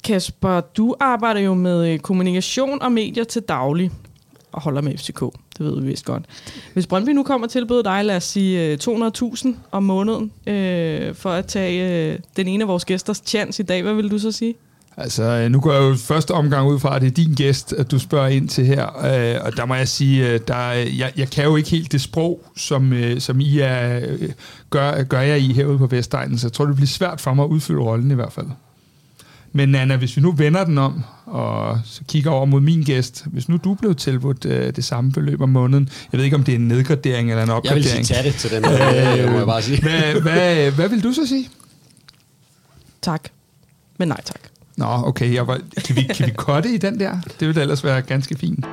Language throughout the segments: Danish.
Kasper, du arbejder jo med kommunikation og medier til daglig og holder med FCK. Det ved vi vist godt. Hvis Brøndby nu kommer og tilbyder dig, lad os sige 200.000 om måneden, for at tage den ene af vores gæsters chance i dag, hvad vil du så sige? Altså, nu går jeg jo første omgang ud fra, at det er din gæst, at du spørger ind til her. Og der må jeg sige, jeg kan jo ikke helt det sprog, som I gør jeg i herude på Vestegnen, så jeg tror, det bliver svært for mig at udfylde rollen i hvert fald. Men Anna, hvis vi nu vender den om, og så kigger over mod min gæst, hvis nu du blev tilbudt det samme beløb om måneden, jeg ved ikke, om det er en nedgradering eller en opgradering. Jeg vil sige tage det til den her, må jeg bare sige. Hvad vil du så sige? Tak, men nej tak. Nå, okay. Kan vi cutte i den der? Det ville ellers være ganske fint.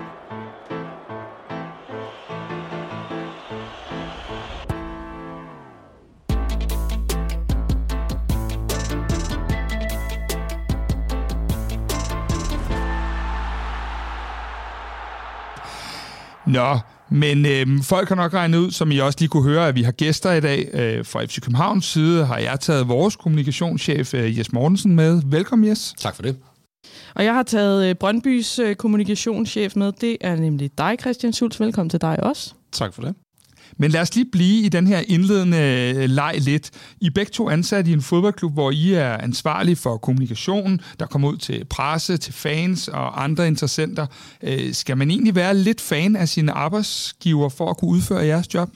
Nå, men folk har nok regnet ud, som I også lige kunne høre, at vi har gæster i dag. Fra FC Københavns side har jeg taget vores kommunikationschef Jes Mortensen med. Velkommen, Jes. Tak for det. Og jeg har taget Brøndbys kommunikationschef med. Det er nemlig dig, Christian Schultz. Velkommen til dig også. Tak for det. Men lad os lige blive i den her indledende leg lidt. I er begge to ansat i en fodboldklub, hvor I er ansvarlige for kommunikation, der kommer ud til presse, til fans og andre interessenter. Skal man egentlig være lidt fan af sine arbejdsgiver for at kunne udføre jeres job?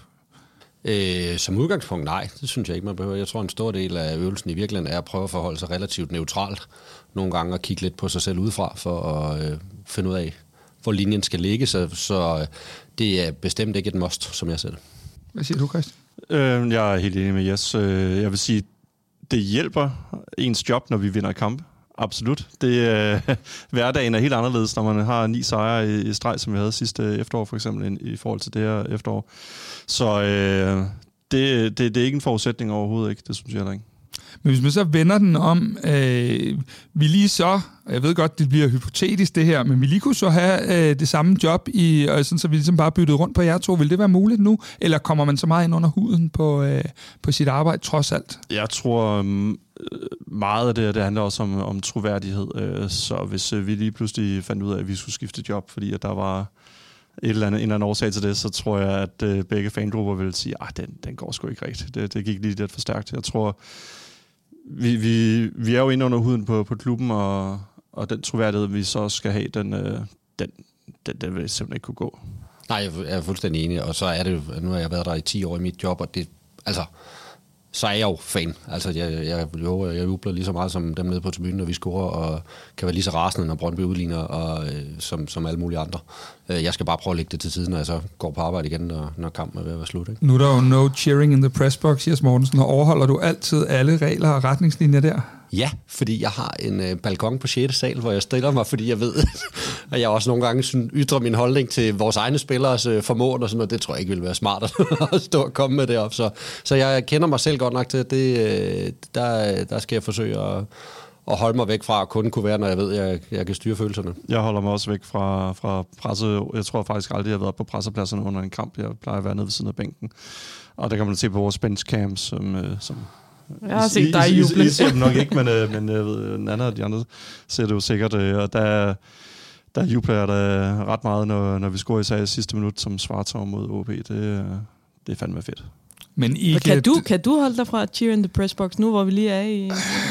Som udgangspunkt nej, det synes jeg ikke, man behøver. Jeg tror, en stor del af øvelsen i virkeligheden er at prøve at forholde sig relativt neutralt. Nogle gange at kigge lidt på sig selv udefra for at finde ud af, hvor linjen skal ligge. Så det er bestemt ikke et must, som jeg ser det. Hvad siger du, Christian? Jeg er helt enig med Jes. Jeg vil sige, det hjælper ens job, når vi vinder kamp. Absolut. Hverdagen er helt anderledes, når man har 9 sejre i streg, som vi havde sidste efterår, for eksempel, i forhold til det her efterår. Så det er ikke en forudsætning overhovedet, ikke? Det synes jeg heller ikke. Men hvis man så vender den om, vi lige så, jeg ved godt, det bliver hypotetisk det her, men vi lige kunne så have det samme job, sådan, så vi ligesom bare byttede rundt på jer to. Vil det være muligt nu? Eller kommer man så meget ind under huden på sit arbejde, trods alt? Jeg tror meget af det handler også om troværdighed. Så hvis vi lige pludselig fandt ud af, at vi skulle skifte job, fordi at der var en eller anden årsag til det, så tror jeg, at begge fangrupper vil sige, at den går sgu ikke rigtigt. Det gik lige lidt for stærkt. Jeg tror, vi er jo inde under huden på klubben, og den troværdighed, vi så skal have, den vil simpelthen ikke kunne gå. Nej, jeg er fuldstændig enig, og så er det jo, nu har jeg været der i 10 år i mit job, og det, altså, så er jeg jo fan. Altså, jeg jubler lige så meget som dem nede på tribunen, når vi scorer, og kan være lige så rasende, når Brøndby udligner, og, som alle mulige andre. Jeg skal bare prøve at lægge det til siden, når jeg så går på arbejde igen, når kampen er ved at være slut. Ikke? Nu er der jo no cheering in the press box, Jes Mortensen, og overholder du altid alle regler og retningslinjer der? Ja, fordi jeg har en balkon på 6. sal, hvor jeg stiller mig, fordi jeg ved, at jeg også nogle gange ytrer min holdning til vores egne spillers formåen og sådan noget. Det tror jeg ikke ville være smart at stå og komme med det op. Så jeg kender mig selv godt nok til, at der skal jeg forsøge at holde mig væk fra at kun kunne være, når jeg ved, at jeg kan styre følelserne. Jeg holder mig også væk fra presse. Jeg tror faktisk aldrig, jeg har været på pressepladserne under en kamp. Jeg plejer at være nede ved siden af bænken. Og der kan man se på vores benchcams, som jeg har set dig juble. I ser dem nok ikke, men jeg ved, Nana og de andre ser det jo sikkert. Og der jubler jeg da ret meget, når vi scorer i sidste minut som Svartov mod OB. Det er fandme fedt. Men ikke kan du holde dig fra at cheer in the press box nu, hvor vi lige er i...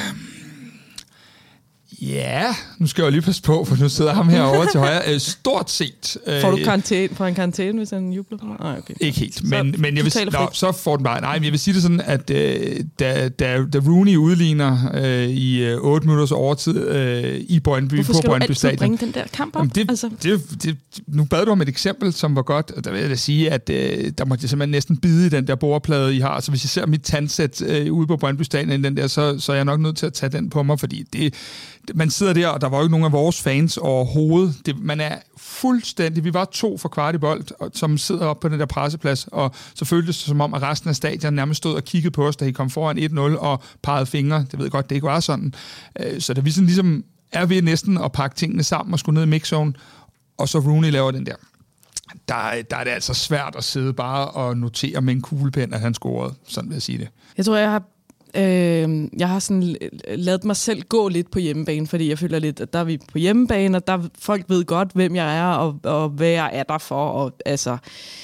Ja, nu skal jeg jo lige passe på, for nu sidder ham herovre til højre. Stort set. Får du en karantæne, hvis han jubler for mig? Nej, okay. Ikke helt, men jeg vil, så får den bare... Nej, men jeg vil sige det sådan, at da Rooney udligner i 8 minutters overtid i Brøndby på Brøndby Stadion... Hvorfor skal du altid bringe den der kamp op? Nu bad du om et eksempel, som var godt, og der vil jeg da sige, at der måtte jeg simpelthen næsten bide i den der bordplade, I har. Så hvis jeg ser mit tandsæt ude på Brøndby Stadion, den der, så er jeg nok nødt til at tage den på mig, fordi man sidder der, og der var jo ikke nogen af vores fans overhovedet. Man er fuldstændig... Vi var 2 for kvart i bold, som sidder op på den der presseplads, og så føltes det som om, at resten af stadion nærmest stod og kiggede på os, da I kom foran 1-0 og pegede fingre. Det ved jeg godt, det ikke var sådan. Så da vi sådan ligesom er ved næsten at pakke tingene sammen og skulle ned i mixzone, og så Rooney laver den der. Der er det altså svært at sidde bare og notere med en kuglepen, at han scorede. Sådan vil jeg sige det. Jeg tror, jeg har Jeg har sådan ladet mig selv gå lidt på hjemmebane, fordi jeg føler lidt, at der er vi på hjemmebane, og der folk ved godt, hvem jeg er, og hvad jeg er der for, og altså...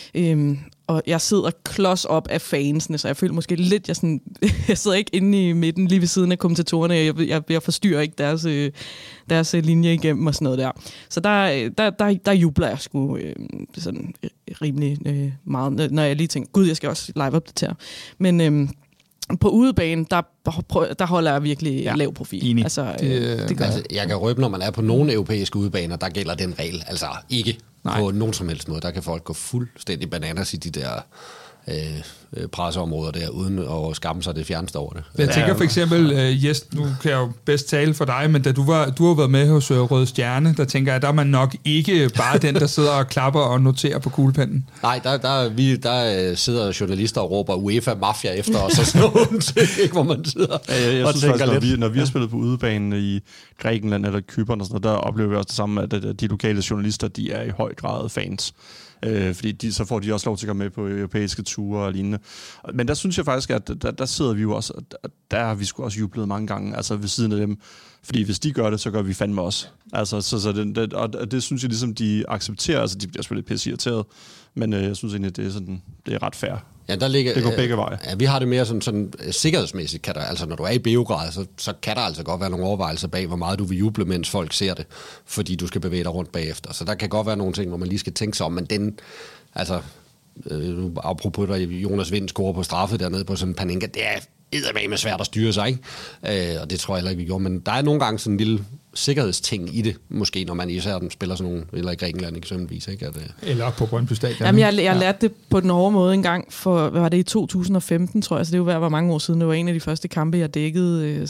og jeg sidder klods op af fansene, så jeg føler måske lidt, jeg sidder ikke inde i midten lige ved siden af kommentatorerne, jeg forstyrrer ikke deres linje igennem og sådan noget der. Så der jubler jeg sgu sådan rimelig meget, når jeg lige tænker, gud, jeg skal også live-opdatere. Men på udebane, der holder jeg virkelig lav profil. Altså, det gør jeg kan røbe, når man er på nogle europæiske udebaner, der gælder den regel. Altså ikke på nogen som helst måde. Der kan folk gå fuldstændig bananas i de der presseområder der, uden at skamme sig det fjerneste over det. Jeg tænker for eksempel, Jes, nu kan jeg jo bedst tale for dig, men da du har været med hos Røde Stjerne, der tænker jeg, der er man nok ikke bare den, der sidder og klapper og noterer på kuglepennen. Nej, der sidder journalister og råber UEFA Mafia efter os og sådan noget, ikke, hvor man sidder jeg synes faktisk, når vi har spillet på udebanen i Grækenland eller Cypern og sådan noget, der oplever vi også det samme, at de lokale journalister, de er i høj grad fans. Fordi så får de også lov til at komme med på europæiske ture og lignende. Men der synes jeg faktisk, at der sidder vi jo også, der har vi sgu også jublet mange gange, altså ved siden af dem. Fordi hvis de gør det, så gør vi fandme også. Altså, og det synes jeg ligesom, de accepterer. Altså, de bliver selvfølgelig pisse irriteret, men jeg synes egentlig, det er ret fair. Ja, det går begge veje. Ja, vi har det mere sådan sikkerhedsmæssigt. Kan der, altså, når du er i Beograd, så kan der altså godt være nogle overvejelser bag, hvor meget du vil juble, mens folk ser det, fordi du skal bevæge dig rundt bagefter. Så der kan godt være nogle ting, hvor man lige skal tænke sig om, men den, altså, apropos der Jonas Vind scorer på straffe dernede på sådan en Panenka, det er eddermame svært at styre sig, ikke? Og det tror jeg heller ikke, vi gjorde, men der er nogle gange sådan en lille sikkerhedsting i det, måske når man især spiller sådan nogle, eller i Grækenland eksempelvis, ikke? Eller på Brøndby Stadion. Jamen, jeg lærte det på den hårde måde en gang for, hvad var det, i 2015, tror jeg, så det var mange år siden, det var en af de første kampe, jeg dækkede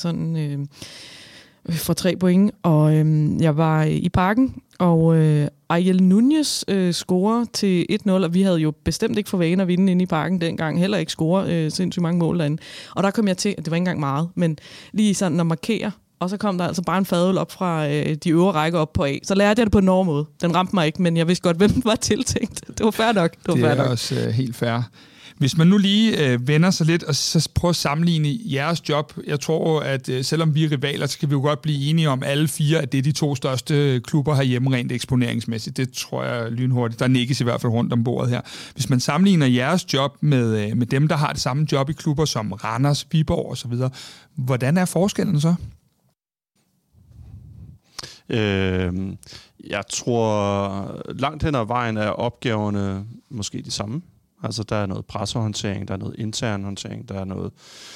for 3 point, og jeg var i Parken, og Ariel Núñez scorer til 1-0, og vi havde jo bestemt ikke for vane at vinde inde i Parken dengang, heller ikke score sindssygt mange mål derinde. Og der kom jeg til, det var ikke engang meget, men lige sådan at markere, og så kom der altså bare en fadøl op fra de øvre rækker op på A. Så lærte jeg det på en hård måde. Den ramte mig ikke, men jeg vidste godt, hvem den var tiltænkt. Det var fair nok. Det er også helt fair. Hvis man nu lige vender sig lidt og så prøver at sammenligne jeres job. Jeg tror, at selvom vi er rivaler, så kan vi jo godt blive enige om alle 4, at det er de 2 største klubber herhjemme rent eksponeringsmæssigt. Det tror jeg lynhurtigt. Der nikkes i hvert fald rundt om bordet her. Hvis man sammenligner jeres job med dem, der har det samme job i klubber som Randers, Viborg osv., hvordan er forskellen så? Jeg tror, langt hen ad vejen er opgaverne måske de samme. Altså, der er noget pressehåndtering, der er noget intern håndtering, der er noget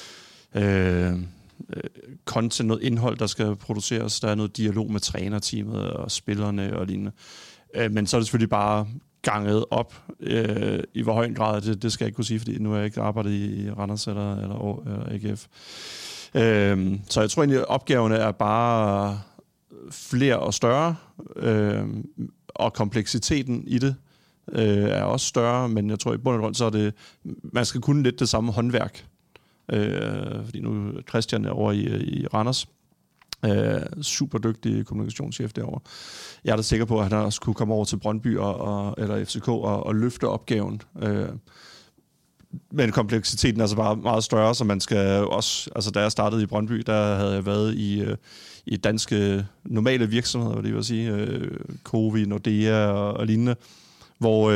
content, noget indhold, der skal produceres, der er noget dialog med trænerteamet og spillerne og lignende. Men så er det selvfølgelig bare ganget op i hvor høj grad, det skal jeg ikke kunne sige, fordi nu har jeg ikke arbejdet i Randers eller AGF. Så jeg tror egentlig, at opgaverne er bare flere og større, og kompleksiteten i det er også større, men jeg tror i bund og grund, så er det, man skal kunne lidt det samme håndværk. Fordi nu Christian er over i Randers, super dygtig kommunikationschef derovre. Jeg er da sikker på, at han også kunne komme over til Brøndby eller FCK og løfte opgaven. Men kompleksiteten er altså bare meget større, så man skal også, altså da jeg startede i Brøndby, der havde jeg været i danske normale virksomheder, hvad det vil sige, Covi, Nordea og lignende, hvor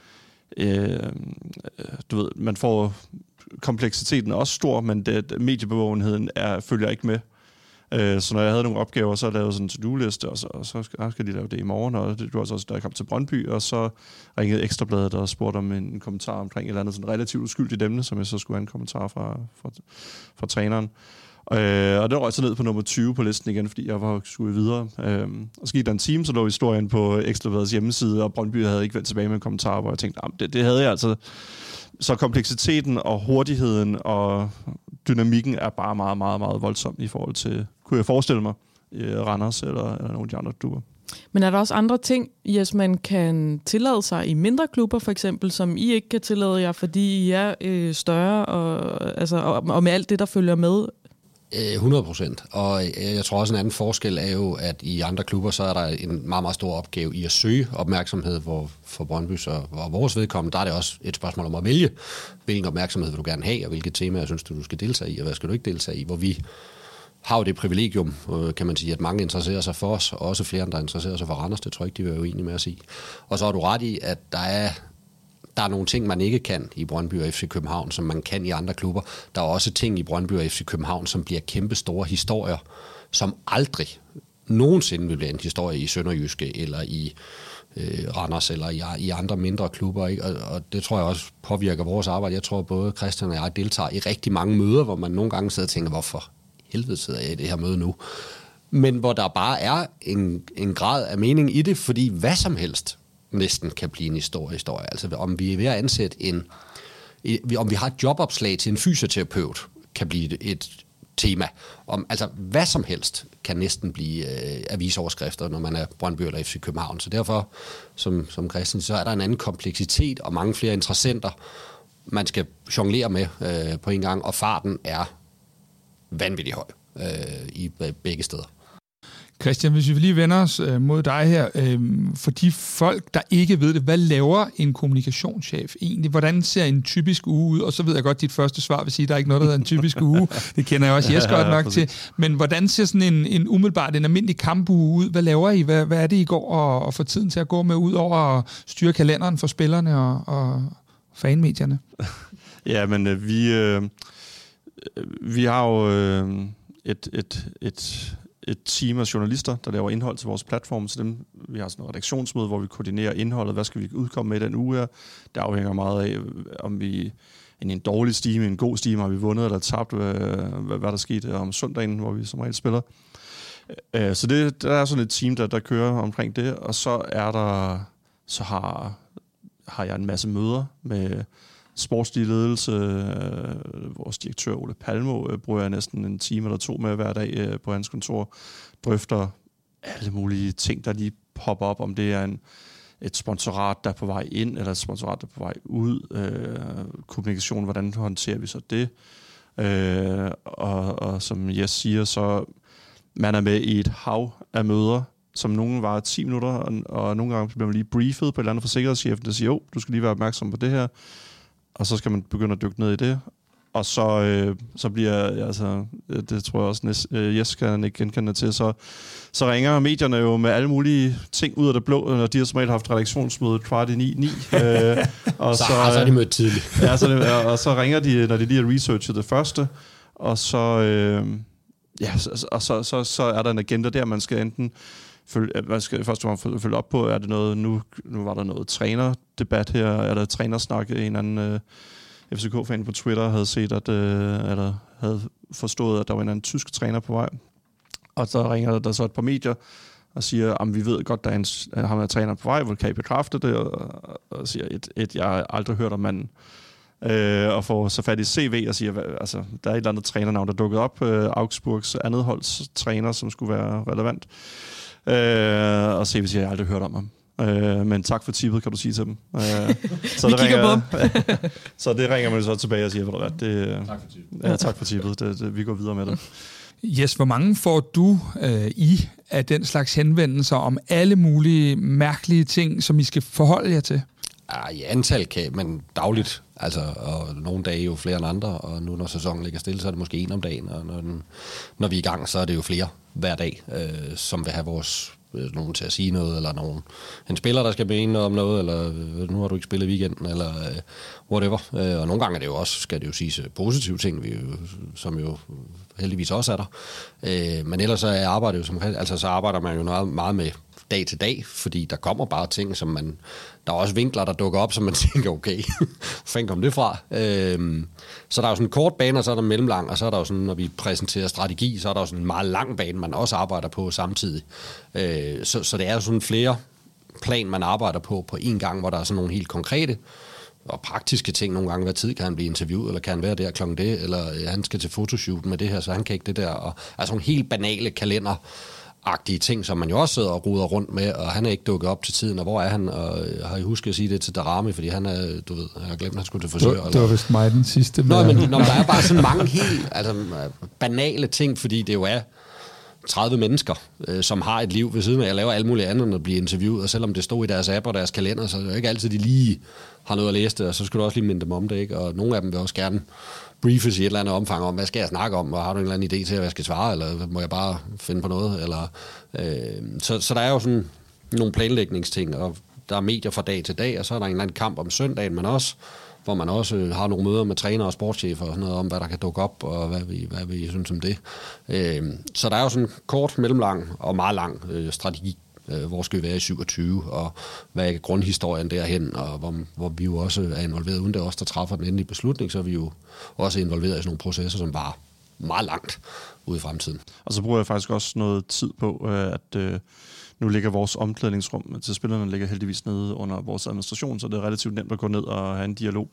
du ved, man får kompleksiteten er også stor, men mediebevågenheden følger ikke med. Så når jeg havde nogle opgaver, så lavede jeg sådan en to-do-liste, og så skal de lave det i morgen, og det var også, da jeg kom til Brøndby, og så ringede Ekstrabladet og spurgte om en kommentar omkring et eller andet sådan relativt uskyldigt emne, som jeg så skulle have en kommentar fra træneren. Og det røg så ned på nummer 20 på listen igen, fordi jeg skulle videre. Og så gik der en time, så lå historien på Ekstrabladets hjemmeside, og Brøndby havde ikke vendt tilbage med en kommentar, hvor jeg tænkte, det havde jeg altså. Så kompleksiteten og hurtigheden og dynamikken er bare meget, meget, meget voldsom i forhold til, kunne jeg forestille mig, Randers eller nogle af de andre klubber. Men er der også andre ting, Jes, man kan tillade sig i mindre klubber, for eksempel, som I ikke kan tillade jer, fordi I er større, og med alt det, der følger med? 100%. Og jeg tror også, en anden forskel er jo, at i andre klubber, så er der en meget, meget stor opgave i at søge opmærksomhed, hvor for Brøndbys og vores vedkommende, der er det også et spørgsmål om at vælge, hvilken opmærksomhed vil du gerne have, og hvilke temaer synes du skal deltage i, og hvad skal du ikke deltage i, hvor vi har jo det privilegium, kan man sige, at mange interesserer sig for os, og også flere, end der interesserer sig for Randers. Det tror jeg ikke, de vil være uenige med at sige. Og så har du ret i, at der er nogle ting, man ikke kan i Brøndby og FC København, som man kan i andre klubber. Der er også ting i Brøndby og FC København, som bliver kæmpe store historier, som aldrig nogensinde vil blive en historie i Sønderjyske, eller i Randers, eller i andre mindre klubber. Ikke? Og det tror jeg også påvirker vores arbejde. Jeg tror, både Christian og jeg deltager i rigtig mange møder, hvor man nogle gange sidder og tænker, hvorfor helvede sidder jeg i det her møde nu? Men hvor der bare er en grad af mening i det, fordi hvad som helst næsten kan blive en historie. Altså om vi er ved at ansætte om vi har et jobopslag til en fysioterapeut, kan blive et tema. Altså hvad som helst kan næsten blive avisoverskrifter, når man er Brøndby eller FC København. Så derfor, som Christian, så er der en anden kompleksitet og mange flere interessenter, man skal jonglere med på en gang, og farten er vanvittigt høj i begge steder. Christian, hvis vi lige vender os mod dig her, for de folk, der ikke ved det, hvad laver en kommunikationschef egentlig? Hvordan ser en typisk uge ud? Og så ved jeg godt, at dit første svar vil sige, at der er ikke noget, der hedder en typisk uge. Det kender jeg også Jes godt nok til. Men hvordan ser sådan en umiddelbart, en almindelig kampuge ud? Hvad laver I? Hvad er det, I går og får tiden til at gå med, ud over at styre kalenderen for spillerne og fanmedierne? Ja, men vi har jo et team af journalister, der laver indhold til vores platform, så dem, vi har sådan en redaktionsmøde, hvor vi koordinerer indholdet, hvad skal vi udkomme med den uge her. Det afhænger meget af, om vi en dårlig stime, en god stime, har vi vundet eller tabt, hvad der skete om søndagen, hvor vi som regel spiller. Så der er sådan et team, der kører omkring det, og så har jeg en masse møder med sportslig ledelse. Vores direktør Ole Palmo bruger jeg næsten en time eller to med hver dag på hans kontor, drøfter alle mulige ting, der lige popper op, om det er et sponsorat, der er på vej ind, eller et sponsorat, der er på vej ud. Kommunikation, hvordan håndterer vi så det? Og som Jes siger, så man er med i et hav af møder, som nogle varer 10 minutter, og nogle gange bliver man lige briefet på et eller andet fra sikkerhedschefen, der siger, jo, du skal lige være opmærksom på det her, og så skal man begynde at dykke ned i det. Og så bliver, altså, det tror jeg også, Jes kan ikke genkende til, så ringer medierne jo med alle mulige ting ud af det blå, når de har som regel haft redaktionsmøde 8:45. Og så er de mødt tidligt. Og så ringer de, når de lige har researchet det første, og så er der en agenda der, man skal enten man skal først og fremmest følge op på, er det noget, nu var der noget trænerdebat her, er der trænersnak, en anden FCK-fan på Twitter havde set, eller havde forstået, at der var en anden tysk træner på vej, og så ringer der så et par medier, og siger, at vi ved godt, der er en træner på vej, kan I bekræfte det, og siger, jeg har aldrig hørt om manden, og får så fat i CV og siger, altså, der er et eller andet trænernavn, der dukkede op, Augsburgs andet holds træner, som skulle være relevant. Og CV siger, jeg har aldrig hørt om ham. Men tak for tippet, kan du sige til dem. Så vi kigger på dem. Så det ringer man så tilbage og siger, tak for tippet. Ja, tak for tippet. Vi går videre med det. Jes, hvor mange får du af den slags henvendelser om alle mulige mærkelige ting, som I skal forholde jer til? Ja, i antal men dagligt. Altså, og nogle dage jo flere end andre, og nu når sæsonen ligger stille, så er det måske en om dagen, og når vi er i gang, så er det jo flere hver dag, som vil have nogen til at sige noget, eller en spiller, der skal mene om noget, eller nu har du ikke spillet i weekenden, eller whatever. Og nogle gange er det jo også, skal det jo siges, positive ting, som jo heldigvis også er der. Men ellers så arbejder så arbejder man jo meget med dag til dag, fordi der kommer bare ting, som der er også vinkler, der dukker op, som man tænker, okay, hvor fanden kom det fra? Så der er jo sådan en kort bane, og så er der mellemlang, og så er der jo sådan, når vi præsenterer strategi, så er der jo sådan en meget lang bane, man også arbejder på samtidig. Så det er jo sådan flere plan, man arbejder på en gang, hvor der er sådan nogle helt konkrete og praktiske ting nogle gange. Hvad tid kan han blive interviewet, eller kan han være der klokken det, eller han skal til fotoshoot med det her, så han kan ikke det der. Og altså nogle helt banale kalender agtige ting, som man jo også sidder og ruder rundt med, og han er ikke dukket op til tiden, og hvor er han? Og har I husket at sige det til Darami, fordi han er, du ved, jeg har glemt, at han skulle til frisør. Det var vist mig den sidste. Nå, men der er bare sådan mange helt banale ting, fordi det jo er 30 mennesker, som har et liv ved siden af. Jeg laver alt muligt andet, end at blive interviewet, og selvom det stod i deres app og deres kalender, så er det jo ikke altid, de lige har noget at læse det, og så skal du også lige minde dem om det, ikke? Og nogle af dem vil også gerne briefes i et eller andet omfang om, hvad skal jeg snakke om, og har du en eller anden idé til, hvad jeg skal svare, eller må jeg bare finde på noget? Eller, så der er jo sådan nogle planlægningsting, og der er medier fra dag til dag, og så er der en eller anden kamp om søndagen, men også hvor man også har nogle møder med træner og sportschefer og noget om, hvad der kan dukke op, og hvad vi synes om det. Så der er jo sådan kort, mellemlang og meget lang strategi. Hvor skal vi være i 27, og hvad er grundhistorien derhen, og hvor vi jo også er involveret, uden det er os, der træffer den endelige beslutning, så er vi jo også involveret i sådan nogle processer, som var meget langt ude i fremtiden. Og så bruger jeg faktisk også noget tid på, at nu ligger vores omklædningsrum til spillerne ligger heldigvis nede under vores administration, så det er relativt nemt at gå ned og have en dialog.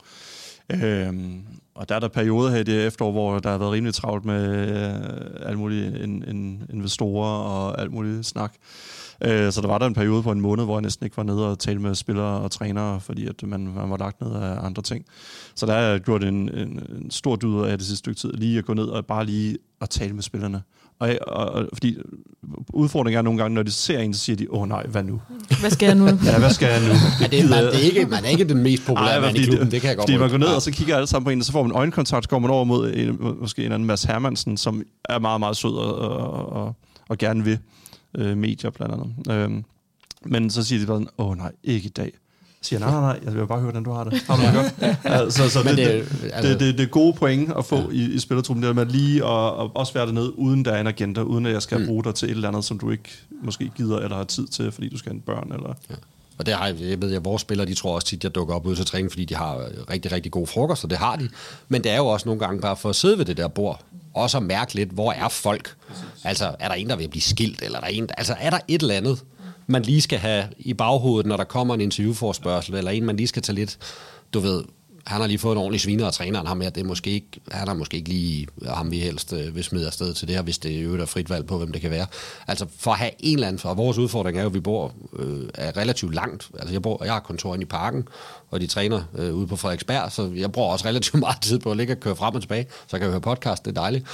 Og der er der perioder her i det efterår, hvor der har været rimelig travlt med alle mulige investorer og alt muligt snak. Så der var der en periode på en måned, hvor jeg næsten ikke var nede og tale med spillere og trænere, fordi at man var lagt ned af andre ting. Så der har jeg gjort en stor dyd af det sidste stykke tid, lige at gå ned og bare lige at tale med spillerne. Og fordi udfordringen er nogle gange, når de ser en, så siger de, nej, hvad nu? Hvad skal jeg nu? Ja, hvad skal jeg nu? Man er ikke den mest populære mand i klubben, det kan jeg godt. Fordi man går ned, og så kigger alle sammen på en, og så får man øjenkontakt, så går man over mod måske en anden Mads Hermansen, som er meget, meget sød og gerne vil medier blandt andet. Men så siger de bare, nej, ikke i dag. Siger nej, jeg vil bare høre, hvordan du har det. Har du det godt? Så det er gode point at få i spillertruppen, det med lige at også være dernede, uden der er en agenda, uden at jeg skal bruge dig til et eller andet, som du ikke måske gider eller har tid til, fordi du skal have en børn. Eller... Ja. Og det har jeg ved, at vores spillere, de tror også tit, jeg dukker op ud til træning, fordi de har rigtig, rigtig gode frokoster, det har de. Men det er jo også nogle gange bare for at sidde ved det der bord, også at mærke lidt, hvor er folk? Altså, er der en, der vil blive skilt, eller er der et eller andet, man lige skal have i baghovedet, når der kommer en interviewforspørgsel, eller en, man lige skal tage lidt, du ved, han har lige fået en ordentlig sviner, og træneren har med, at det er måske ikke, han har måske ikke lige ham, vi helst vil smide afsted til det her, hvis det er jo der frit valg på, hvem det kan være. Altså for at have en eller anden, og vores udfordring er jo, at vi bor relativt langt. Altså jeg har kontor inde i Parken, og de træner ude på Frederiksberg, så jeg bruger også relativt meget tid på at ligge og køre frem og tilbage, så kan jeg høre podcast, det er dejligt.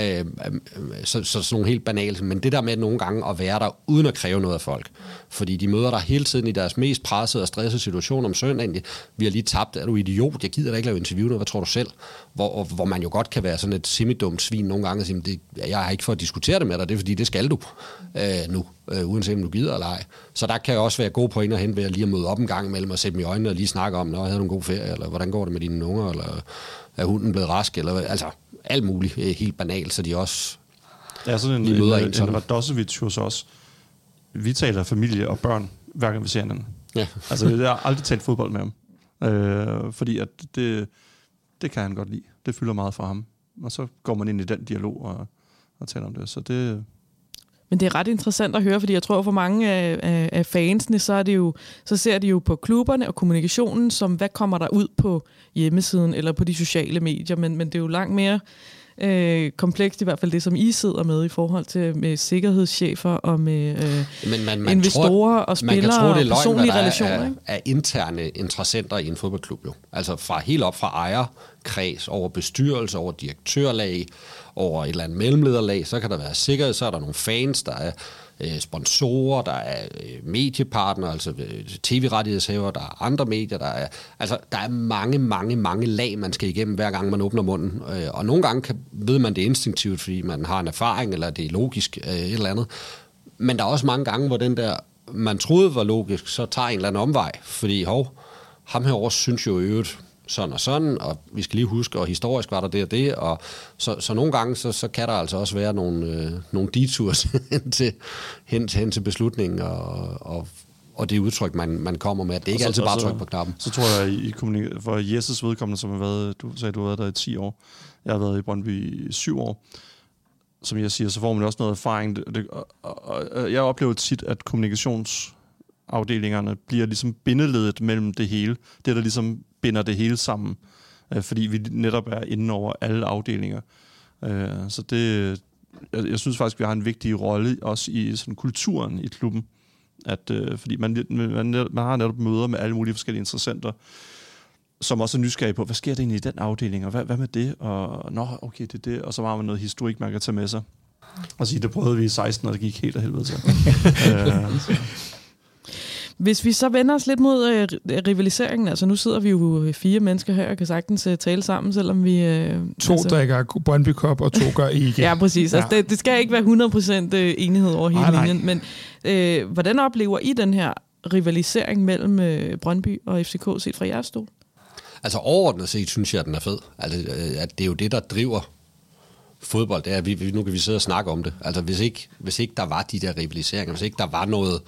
Så sådan nogle helt banale, men det der med nogle gange at være der, uden at kræve noget af folk, fordi de møder dig hele tiden i deres mest pressede og stressede situation om søndagen. Vi har lige tabt, er du idiot? Jeg gider da ikke lave interview nu, hvad tror du selv? Hvor man jo godt kan være sådan et semidumt svin nogle gange og sige, jeg har ikke for at diskutere det med dig, det er fordi, det skal du nu, uanset om du gider eller ej. Så der kan jo også være gode pointer hen ved at lige at møde op en gang imellem og sætte dem i øjnene og lige snakke om, havde du en god ferie, eller hvordan går det med dine unger, eller er hunden blevet rask, eller altså alt muligt helt banalt, så de også det er sådan en Radosevic hos os. Vi taler familie og børn, hver gang vi ser hinanden. Ja. Altså, jeg har aldrig talt fodbold med ham. Fordi at det kan han godt lide. Det fylder meget for ham. Og så går man ind i den dialog og taler om det. Så det... Men det er ret interessant at høre, fordi jeg tror for mange af fansene, så ser de jo på klubberne og kommunikationen, som hvad kommer der ud på hjemmesiden eller på de sociale medier, men det er jo langt mere komplekst, i hvert fald det, som I sidder med i forhold til med sikkerhedschefer og med investorer og spillere og personlige relationer. Er interne interessenter i en fodboldklub jo. Altså helt op fra ejerkreds, over bestyrelse, over direktørlag, over et eller andet mellemlederlag, så kan der være sikkerhed, så er der nogle fans, der er sponsorer, der er mediepartnere, altså tv-rettighedshaver, der er andre medier, der er mange lag, man skal igennem, hver gang man åbner munden. Og nogle gange ved man det instinktivt, fordi man har en erfaring, eller det er logisk, et eller andet. Men der er også mange gange, hvor den der, man troede var logisk, så tager en eller anden omvej, fordi ham herovre synes jo i øvrigt sådan og sådan, og vi skal lige huske, og historisk var der det og det, og så nogle gange, så kan der altså også være nogle detours hen til beslutningen, og det udtryk, man kommer med, at det ikke altid bare tryk på knappen. Så tror jeg, for Jesses vedkommende, som har været, du sagde, du har været der i 10 år, jeg har været i Brøndby i 7 år, som jeg siger, så får man også noget erfaring, og jeg oplever tit, at kommunikationsafdelingerne bliver ligesom bindeledet mellem det hele, det der ligesom binder det hele sammen, fordi vi netop er inde over alle afdelinger. Så jeg synes faktisk, vi har en vigtig rolle også i sådan kulturen i klubben. Fordi man har netop møder med alle mulige forskellige interessenter, som også er nysgerrige på, hvad sker det egentlig i den afdeling, og hvad med det? Og okay, det er det. Og så har man noget historik, man kan tage med sig. Og sige, det prøvede vi i 16, og det gik helt af helvede til. Hvis vi så vender os lidt mod rivaliseringen, altså nu sidder vi jo 4 mennesker her og kan sagtens tale sammen, selvom vi... drikker Brøndby Cup, og 2 gør ikke. Ja, præcis. Ja. Altså, det skal ikke være 100% enighed over hele linjen, men hvordan oplever I den her rivalisering mellem Brøndby og FCK set fra jeres stol? Altså overordnet set synes jeg, at den er fed. Altså, at det er jo det, der driver fodbold. Det er, nu kan vi sidde og snakke om det. Altså hvis ikke der var de der rivaliseringer, hvis ikke der var noget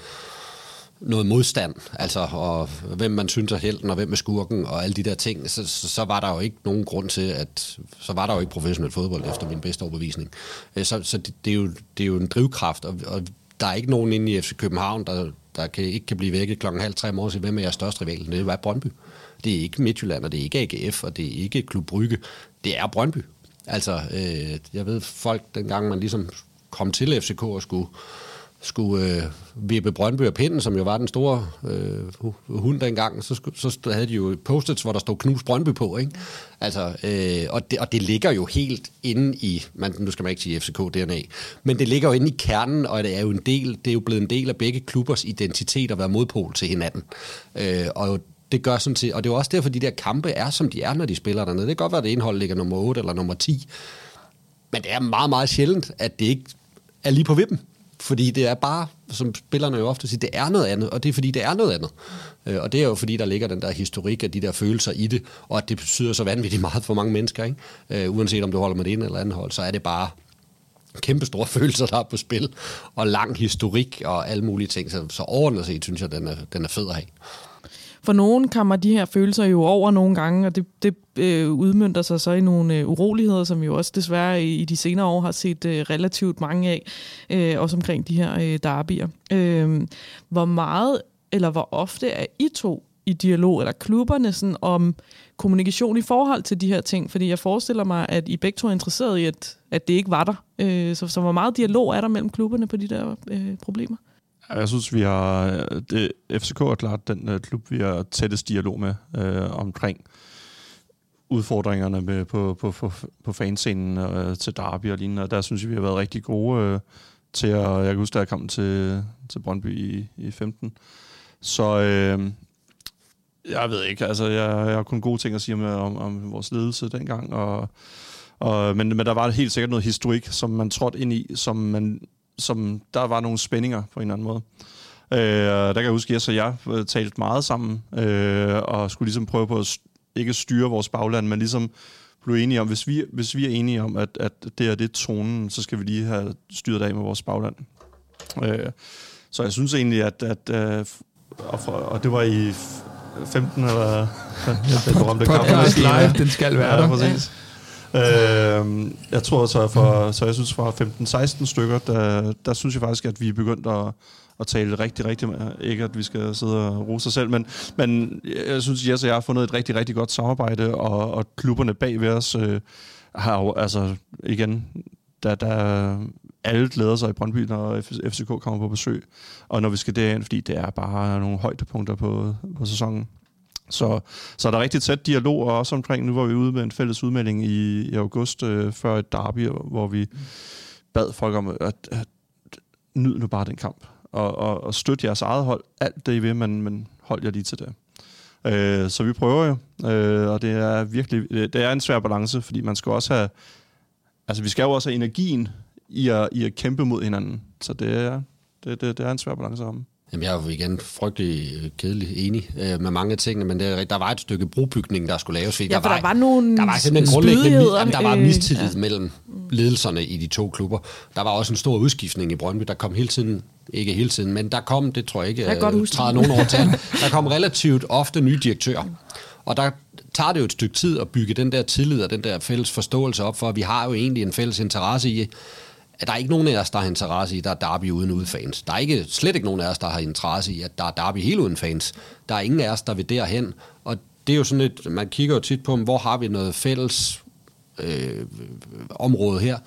modstand, altså og hvem man synes er helten, og hvem er skurken, og alle de der ting, så var der jo ikke nogen grund til, så var der jo ikke professionel fodbold efter min bedste overbevisning. Så det er jo en drivkraft, og der er ikke nogen inde i FC København, der ikke kan blive vækket 2:30 om morgenen og sige, hvem er jeres største rival? Det er Brøndby. Det er ikke Midtjylland, og det er ikke AGF, og det er ikke Klub Brygge. Det er Brøndby. Altså, jeg ved folk, dengang man ligesom kom til FCK og skulle vippe Brøndby og pinden, som jo var den store hund dengang, så havde de jo post-its, hvor der stod knus Brøndby på, ikke? Altså, og det ligger jo helt inde i, nu skal man ikke sige FCK-DNA, men det ligger jo inde i kernen, og det er jo blevet en del af begge klubbers identitet at være modpol til hinanden. Og det gør sådan set, og det er jo også derfor, de der kampe er, som de er, når de spiller dernede. Det kan godt være, at det indhold ligger nummer 8 eller nummer 10, men det er meget, meget sjældent, at det ikke er lige på vippen. Fordi det er bare, som spillerne jo ofte siger, det er noget andet, og det er fordi, det er noget andet. Og det er jo fordi, der ligger den der historik af de der følelser i det, og at det betyder så vanvittigt meget for mange mennesker, ikke? Uanset om du holder med det ene eller andet hold, så er det bare kæmpe store følelser, der er på spil, og lang historik og alle mulige ting. Så overordnet set, synes jeg, den er fed at have. For nogen kommer de her følelser jo over nogle gange, og det udmønter sig så i nogle uroligheder, som vi jo også desværre i de senere år har set relativt mange af, også omkring de her derbyer. Hvor meget eller hvor ofte er I to i dialog, eller klubberne, sådan, om kommunikation i forhold til de her ting? Fordi jeg forestiller mig, at I begge to er interesseret i, at det ikke var der. Så hvor meget dialog er der mellem klubberne på de der problemer? Jeg synes, vi har... FCK er klart den klub, vi har tættest dialog med omkring udfordringerne med på fanscenen til derby og lignende. Og der synes jeg, vi har været rigtig gode til at... Jeg kan huske, da jeg kom til Brøndby i 15. Så jeg ved ikke, altså jeg har kun gode ting at sige om vores ledelse dengang. Men der var helt sikkert noget historik, som man trådte ind i, som der var nogle spændinger på en eller anden måde. Der kan jeg huske, at Jes og jeg talte meget sammen, og skulle ligesom prøve på at ikke styre vores bagland, men ligesom blive enige om, hvis vi er enige om, at det er tonen, så skal vi lige have styret af med vores bagland. Så jeg synes egentlig, og det var i 15 eller... Podcast live, den skal være der. Præcis. Jeg tror så jeg synes fra 15-16 stykker, der synes jeg faktisk, at vi er begyndt at tale rigtig, rigtig meget. Ikke at vi skal sidde og rose os selv, men jeg synes, Jes og jeg har fundet et rigtig, rigtig godt samarbejde, og klubberne bag ved os har jo, altså igen, der alle glæder sig i Brøndby, når FCK kommer på besøg, og når vi skal derind, fordi det er bare nogle højdepunkter på sæsonen. Så er der rigtig tæt dialog, og også omkring, nu var vi ude med en fælles udmelding i august før et derby, hvor vi bad folk om at nyde nu bare den kamp, og støtte jeres eget hold, alt det I vil, men hold jer lige til det. Så vi prøver jo, og det er virkelig, det er en svær balance, fordi man skal også have, altså vi skal jo også have energien i at kæmpe mod hinanden, så det er en svær balance om. Jamen, jeg er jo igen frygtelig kedelig enig med mange af tingene, men der var et stykke brobygning, der skulle laves. Ja, der var nogle der var simpelthen grundlæggende der var mistillid mellem ledelserne i de to klubber. Der var også en stor udskiftning i Brøndby. Der kom hele tiden, ikke hele tiden, men der kom, det tror jeg ikke, træder nogen over til. Der kom relativt ofte nye direktører. Og der tager det jo et stykke tid at bygge den der tillid og den der fælles forståelse op for, at vi har jo egentlig en fælles interesse i, at der er ikke nogen af os, der har interesse i, at der er derby uden fans. Der er slet ikke nogen af os, der har interesse i, at der er derby helt uden fans. Der er ingen af os, der vil derhen. Og det er jo sådan et, man kigger jo tit på, hvor har vi noget fælles område her.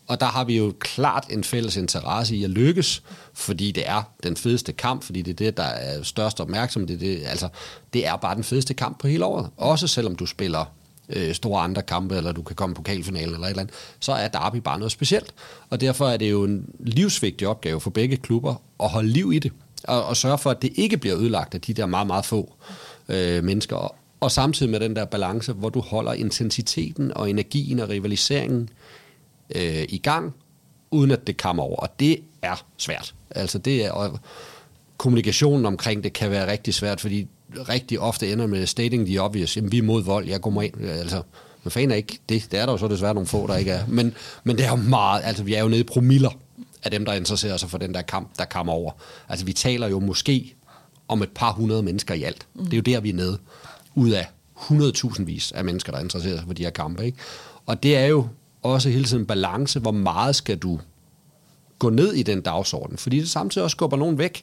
Og der har vi jo klart en fælles interesse i at lykkes, fordi det er den fedeste kamp, fordi det er det, der er størst opmærksomhed. Det er bare den fedeste kamp på hele året. Også selvom du spiller store andre kampe, eller du kan komme på pokalfinalen eller et eller andet, så er derby bare noget specielt. Og derfor er det jo en livsvigtig opgave for begge klubber at holde liv i det, og sørge for, at det ikke bliver ødelagt af de der meget, meget få mennesker. Og samtidig med den der balance, hvor du holder intensiteten og energien og rivaliseringen i gang, uden at det kommer over. Og det er svært. Altså og kommunikationen omkring det kan være rigtig svært, fordi rigtig ofte ender med stating the obvious. Jamen, vi er mod vold, jeg går ind. Altså, men fanden er ikke det. Det er der jo så desværre nogle få, der ikke er. Men det er jo meget, altså vi er jo nede i promiller af dem, der interesserer sig for den der kamp, der kommer over. Altså vi taler jo måske om et par 100 mennesker i alt. Det er jo der, vi er nede. Ud af 100.000 af mennesker, der interesserer sig for de her kampe. Ikke? Og det er jo også hele tiden en balance, hvor meget skal du gå ned i den dagsorden, fordi det samtidig også skubber nogen væk,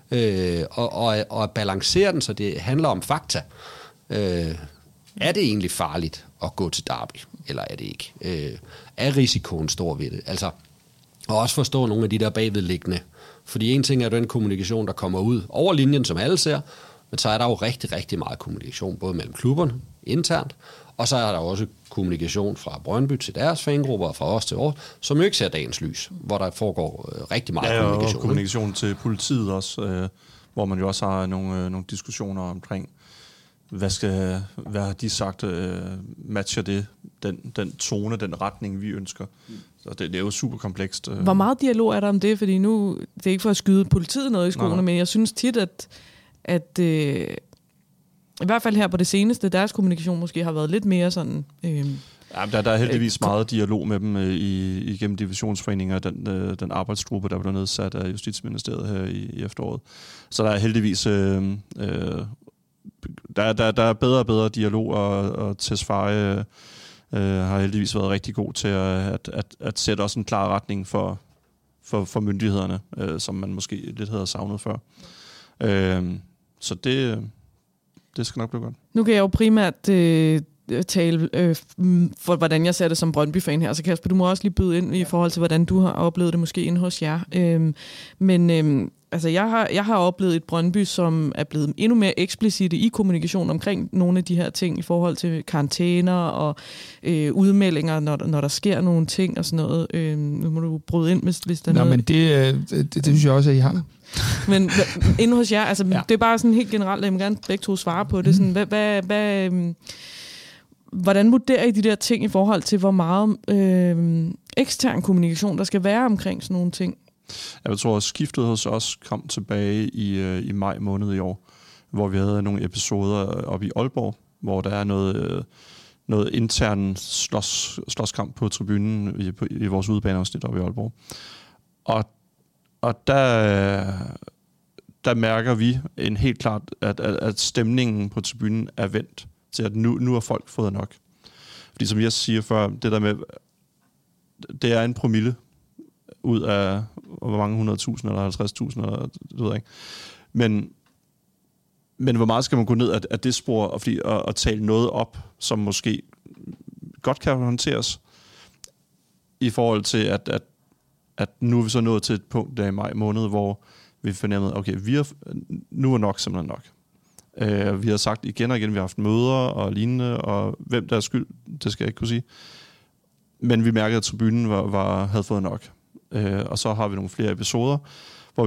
og at balancere den, så det handler om fakta. Er det egentlig farligt at gå til derby, eller er det ikke? Er risikoen stor ved det? Altså, og også forstå nogle af de der bagvedliggende, fordi en ting er den kommunikation, der kommer ud over linjen, som alle ser, men så er der jo rigtig, rigtig meget kommunikation, både mellem klubberne internt, og så er der også kommunikation fra Brøndby til deres fangrupper, og fra os til os, som jo ikke ser dagens lys, hvor der foregår rigtig meget kommunikation. Og kommunikation til politiet også, hvor man jo også har nogle diskussioner omkring, hvad har de sagt, matcher det, den tone, den retning, vi ønsker. Så det er jo super komplekst. Hvor meget dialog er der om det? Fordi nu, det er ikke for at skyde politiet noget i skoene, men jeg synes tit, at i hvert fald her på det seneste, deres kommunikation måske har været lidt mere sådan... Ja, der er heldigvis meget dialog med dem igennem divisionsforeninger, den arbejdsgruppe, der blev nedsat af Justitsministeriet her i efteråret. Så der er heldigvis... Der er bedre og bedre dialog, og Tesfaye har heldigvis været rigtig god til at sætte også en klar retning for myndighederne, som man måske lidt havde savnet før. Så det skal nok blive godt. Nu kan jeg jo primært tale for, hvordan jeg ser det som Brøndby-fan her. Så Kasper, du må også lige byde ind i forhold til, hvordan du har oplevet det måske inde hos jer. Altså, jeg har oplevet et Brøndby, som er blevet endnu mere eksplicite i kommunikation omkring nogle af de her ting i forhold til karantæner og udmeldinger, når der sker nogle ting og sådan noget. Nu må du bryde ind, hvis der er noget. Men det synes jeg også, at I har. Men inde hos jer, altså det er bare sådan helt generelt, jeg må gerne begge to svare på det. Sådan, hvordan vurderer I de der ting i forhold til, hvor meget ekstern kommunikation der skal være omkring sådan nogle ting? Jeg tror, at skiftet hos os kom tilbage i maj måned i år, hvor vi havde nogle episoder oppe i Aalborg, hvor der er noget intern slåskamp på tribunen i vores udebaneafsnit oppe i Aalborg. Og der mærker vi helt klart, at stemningen på tribunen er vendt til, at nu har folk fået nok. Fordi som jeg siger før, det der med, det er en promille ud af hvor mange 100.000 eller 50.000, eller det ved jeg ikke. Men hvor meget skal man gå ned af det spor og tale noget op, som måske godt kan håndteres, i forhold til, at nu er vi så nået til et punkt der i maj måned, hvor vi fornemmede, okay, nu er nok simpelthen nok. Vi har sagt igen og igen, vi har haft møder og lignende, og hvem der er skyld, det skal jeg ikke kunne sige. Men vi mærkede, at tribunen havde fået nok. Og så har vi nogle flere episoder, hvor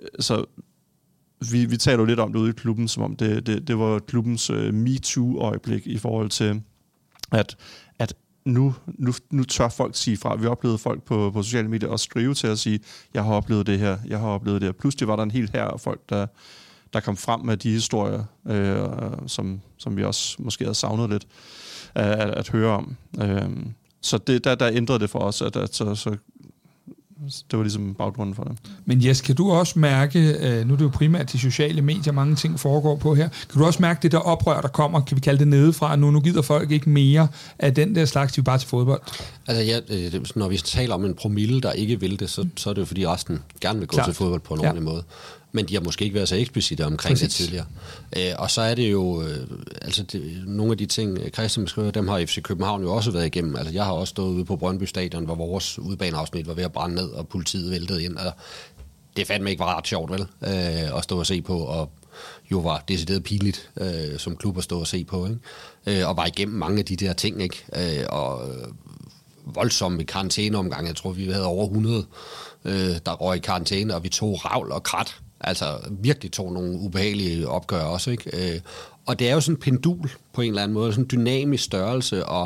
vi taler jo lidt om det ude i klubben, som om det var klubbens MeToo-øjeblik i forhold til, at nu tør folk sige fra. Vi oplevede folk på sociale medier og skrive til at sige, jeg har oplevet det her, jeg har oplevet det her. Pludselig var der en hel hær af folk, der kom frem med de historier, som vi også måske havde savnet lidt at høre om. Så der ændrede det for os, så det var ligesom baggrunden for det. Men Jes, kan du også mærke, nu er det jo primært de sociale medier, mange ting foregår på her, kan du også mærke det der oprør, der kommer, kan vi kalde det nedefra, nu gider folk ikke mere af den der slags, de bare til fodbold? Altså når vi taler om en promille, der ikke vil det, så er det jo fordi resten gerne vil gå til fodbold på en ordentlig måde. men de har måske ikke været så eksplicite omkring det tidligere. Og så er det jo, nogle af de ting, Christian beskriver, dem har FC København jo også været igennem. Altså, jeg har også stået ude på Brøndby Stadion, hvor vores udebaneafsnit var ved at brænde ned, og politiet væltede ind. Og det fandme ikke var ret sjovt, vel? At stå og se på, og jo var decideret pinligt som klub at stå og se på, ikke? Og var igennem mange af de der ting, ikke? Og voldsomme karantæneomgang. Jeg tror, vi havde over 100, der røg i karantæne, og vi tog ravl og krat. Altså virkelig tog nogle ubehagelige opgør også, ikke? Og det er jo sådan en pendul på en eller anden måde, sådan en dynamisk størrelse, og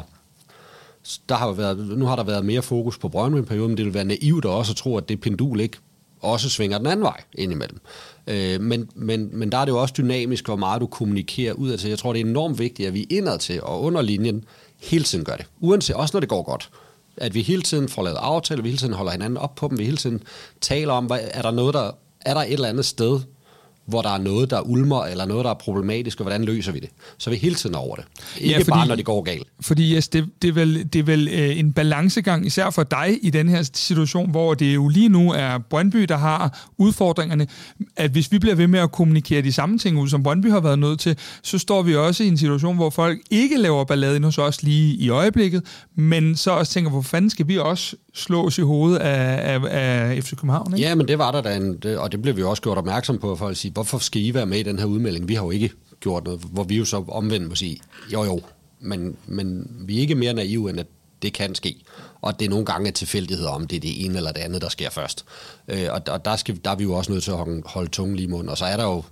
nu har der været mere fokus på Brøndby i perioden, men det vil være naivt også at tro, at det pendul ikke også svinger den anden vej indimellem. Men der er det jo også dynamisk, hvor meget du kommunikerer ud til. Jeg tror, det er enormt vigtigt, at vi indad til og under linjen hele tiden gør det. Uanset, også når det går godt. At vi hele tiden får lavet aftaler, vi hele tiden holder hinanden op på dem, vi hele tiden taler om, er der et eller andet sted, hvor der er noget, der ulmer, eller noget, der er problematisk, og hvordan løser vi det? Så er vi hele tiden over det. Ikke bare, når det går galt. Fordi yes, det er vel en balancegang, især for dig i den her situation, hvor det jo lige nu er Brøndby, der har udfordringerne, at hvis vi bliver ved med at kommunikere de samme ting ud, som Brøndby har været nødt til, så står vi også i en situation, hvor folk ikke laver ballade hos os lige i øjeblikket, men så også tænker, hvor fanden skal vi også slås i hovedet af FC København, ikke? Ja, men det var der da, og det blev vi også gjort opmærksom på, for at sige, hvorfor skal I være med i den her udmelding? Vi har jo ikke gjort noget, hvor vi jo så omvendt må sige, jo, men vi er ikke mere naive, end at det kan ske. Og det er nogle gange tilfældigheder, om det er det ene eller det andet, der sker først. Og der er vi jo også nødt til at holde tungen lige i munden. Og så er der jo...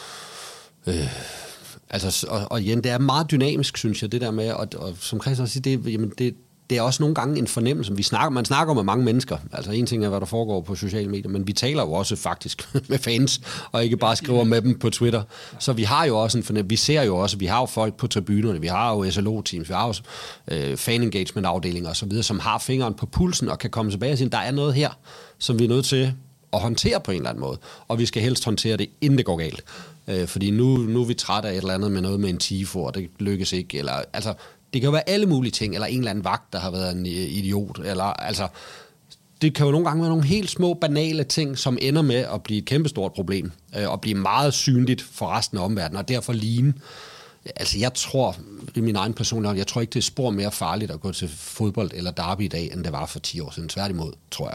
og igen, det er meget dynamisk, synes jeg, det der med, og som Christian siger, det er også nogle gange en fornemmelse. Man snakker med mange mennesker. Altså en ting er, hvad der foregår på sociale medier, men vi taler jo også faktisk med fans, og ikke bare skriver med dem på Twitter. Så vi har jo også en fornemmelse. Vi ser jo også, vi har jo folk på tribunerne, vi har jo SLO-teams, vi har jo fan-engagement-afdelinger osv., som har fingeren på pulsen og kan komme tilbage og sige, der er noget her, som vi er nødt til at håndtere på en eller anden måde. Og vi skal helst håndtere det, inden det går galt. Fordi nu er vi trætte af et eller andet med noget med en tifo, og det lykkes ikke. Eller, altså, det kan jo være alle mulige ting, eller en eller anden vagt, der har været en idiot. Eller, altså, det kan jo nogle gange være nogle helt små, banale ting, som ender med at blive et kæmpestort problem, og blive meget synligt for resten af omverdenen, og derfor ligne. Altså, jeg tror, i min egen personlighed, jeg tror ikke, det er spor mere farligt at gå til fodbold eller derby i dag, end det var for 10 år siden. Tværtimod, tror jeg,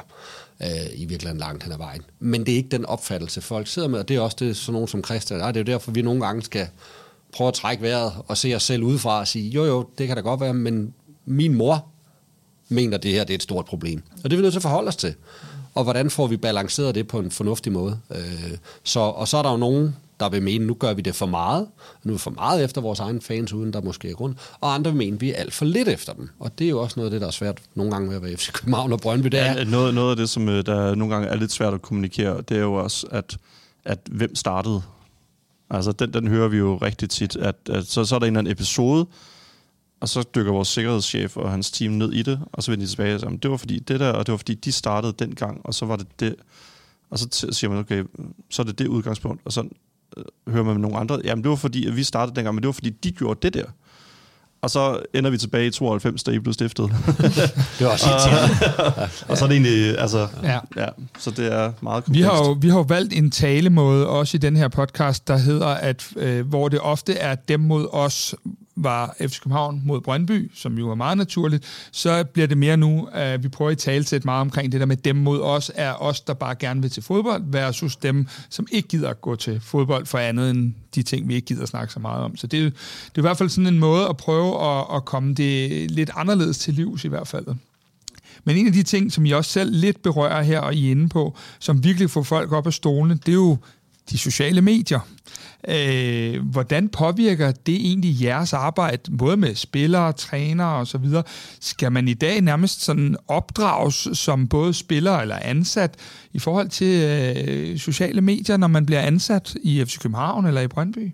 i virkeligheden langt hen ad vejen. Men det er ikke den opfattelse, folk sidder med, og det er også det, sådan nogen som Christian. Det er jo derfor, vi nogle gange skal prøve at trække vejret og se os selv udefra og sige, jo, det kan da godt være, men min mor mener, det her det er et stort problem. Og det er vi nødt til at forholde os til. Og hvordan får vi balanceret det på en fornuftig måde? Og så er der jo nogen, der vil mene, nu gør vi det for meget. Nu er vi for meget efter vores egne fans, uden der måske er grund. Og andre vil mene, vi er alt for lidt efter dem. Og det er jo også noget af det, der er svært nogle gange med at være FC København og Brøndby. Noget af det, som der nogle gange er lidt svært at kommunikere, det er jo også, at hvem startede. Altså, den hører vi jo rigtig tit, at så er der en eller anden episode, og så dykker vores sikkerhedschef og hans team ned i det, og så vender de tilbage og siger, det var fordi det der, og det var fordi de startede dengang, og så var det. Og så siger man, okay, så er det udgangspunkt, og så hører man med nogle andre, jamen det var fordi, at vi startede dengang, men det var fordi, de gjorde det der. Og så ender vi tilbage i 92, da I blev stiftet. Det var også og så er det egentlig, altså, ja, så det er meget komplekst. Vi har jo valgt en talemåde også i den her podcast, der hedder, at hvor det ofte er dem mod os, var FC København mod Brøndby, som jo er meget naturligt, så bliver det mere nu, at vi prøver at talsætte meget omkring det der med dem mod os, er os, der bare gerne vil til fodbold, versus dem, som ikke gider at gå til fodbold for andet end de ting, vi ikke gider at snakke så meget om. Så det er i hvert fald sådan en måde at prøve at komme det lidt anderledes til livs i hvert fald. Men en af de ting, som I også selv lidt berører her og I er inde på, som virkelig får folk op af stolene, det er jo de sociale medier. Hvordan påvirker det egentlig jeres arbejde, både med spillere, trænere og så videre? Skal man i dag nærmest sådan opdrages som både spiller eller ansat i forhold til sociale medier, når man bliver ansat i FC København eller i Brøndby?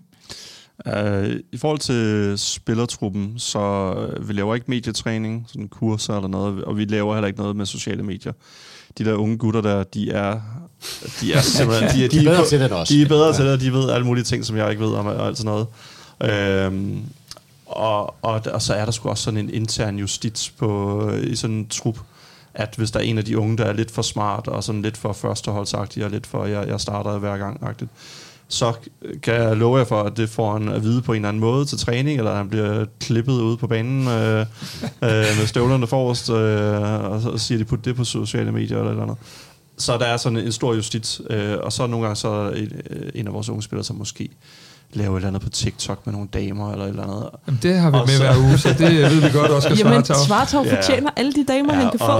I forhold til spillertruppen, så vi laver ikke medietræning, sådan kurser eller noget, og vi laver heller ikke noget med sociale medier. De der unge gutter der, de er simpelthen... de er bedre til det også. De er bedre til det, og de ved alle mulige ting, som jeg ikke ved om, og alt sådan noget. Og så er der sgu også sådan en intern justits i sådan en trup. at hvis der er en af de unge, der er lidt for smart, og sådan lidt for førsteholdsagtig, og lidt for, jeg starter hver gang-agtigt, så kan jeg love jer for, at det får han at vide på en eller anden måde til træning, eller han bliver klippet ude på banen med støvlerne forrest, og så siger de, put det på sociale medier eller et eller andet. Så der er sådan en stor justits, og så nogle gange så er en af vores unge spillere, som måske laver et eller andet på TikTok med nogle damer eller et eller andet. Jamen, det har vi med hver uge, så det ved vi godt også skal Svartov. Jamen, Svartov fortjener alle de damer, han kan få.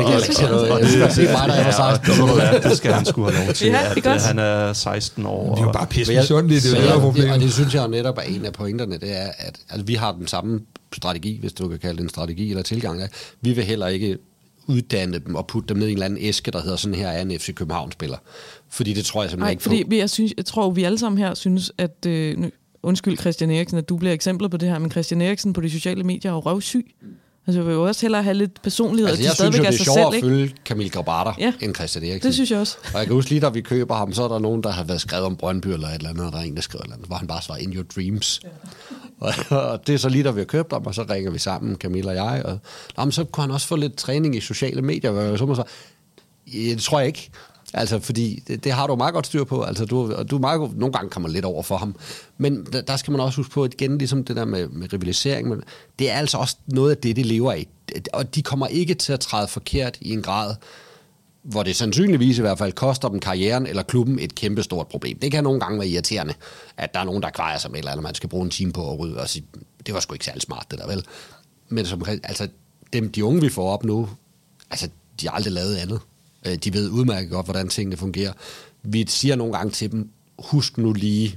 Det skal han sgu have lov til. Han er 16 år. Det er jo bare pisse misundeligt, det er jo det, der problem. Og det synes jeg netop er en af pointerne, det er, at altså, vi har den samme strategi, hvis du kan kalde det en strategi eller tilgang. Vi vil heller ikke uddanne dem og putte dem ned i en eller anden æske, der hedder sådan her er en FC København-spiller. Fordi det tror jeg simpelthen ikke på. Fordi jeg tror, vi alle sammen her synes, at... undskyld Christian Eriksen, at du bliver eksempler på det her, men Christian Eriksen på de sociale medier er jo røvsyg. Altså, jeg vil jo også hellere have lidt personlighed. Altså, jeg synes jo, det er sjovere at følge Camille Grabater end Christian Eriksen. Det synes jeg også. Og jeg kan huske lige, da vi køber ham, så er der nogen, der har været skrevet om Brøndby eller et eller andet, og der er en, der skriver et eller andet, hvor han bare svarer in your dreams. Ja. Og det er så lige, da vi har købt ham, og så ringer vi sammen, Camille og jeg, og så kunne han også få lidt træning i sociale medier. Så det tror jeg ikke. Altså, fordi det har du meget godt styr på. Altså, du meget, nogle gange kommer lidt over for ham. Men der skal man også huske på, at igen, ligesom det der med rivalisering, men det er altså også noget af det, de lever af. Og de kommer ikke til at træde forkert i en grad, hvor det sandsynligvis i hvert fald koster dem karrieren eller klubben et kæmpestort problem. Det kan nogle gange være irriterende, at der er nogen, der kvejer sig med, eller man skal bruge en time på at rydde og sige, det var sgu ikke særlig smart, det der vel. Men altså, de unge, vi får op nu, altså, de har aldrig lavet andet. De ved udmærket godt, hvordan tingene fungerer. Vi siger nogle gange til dem, husk nu lige,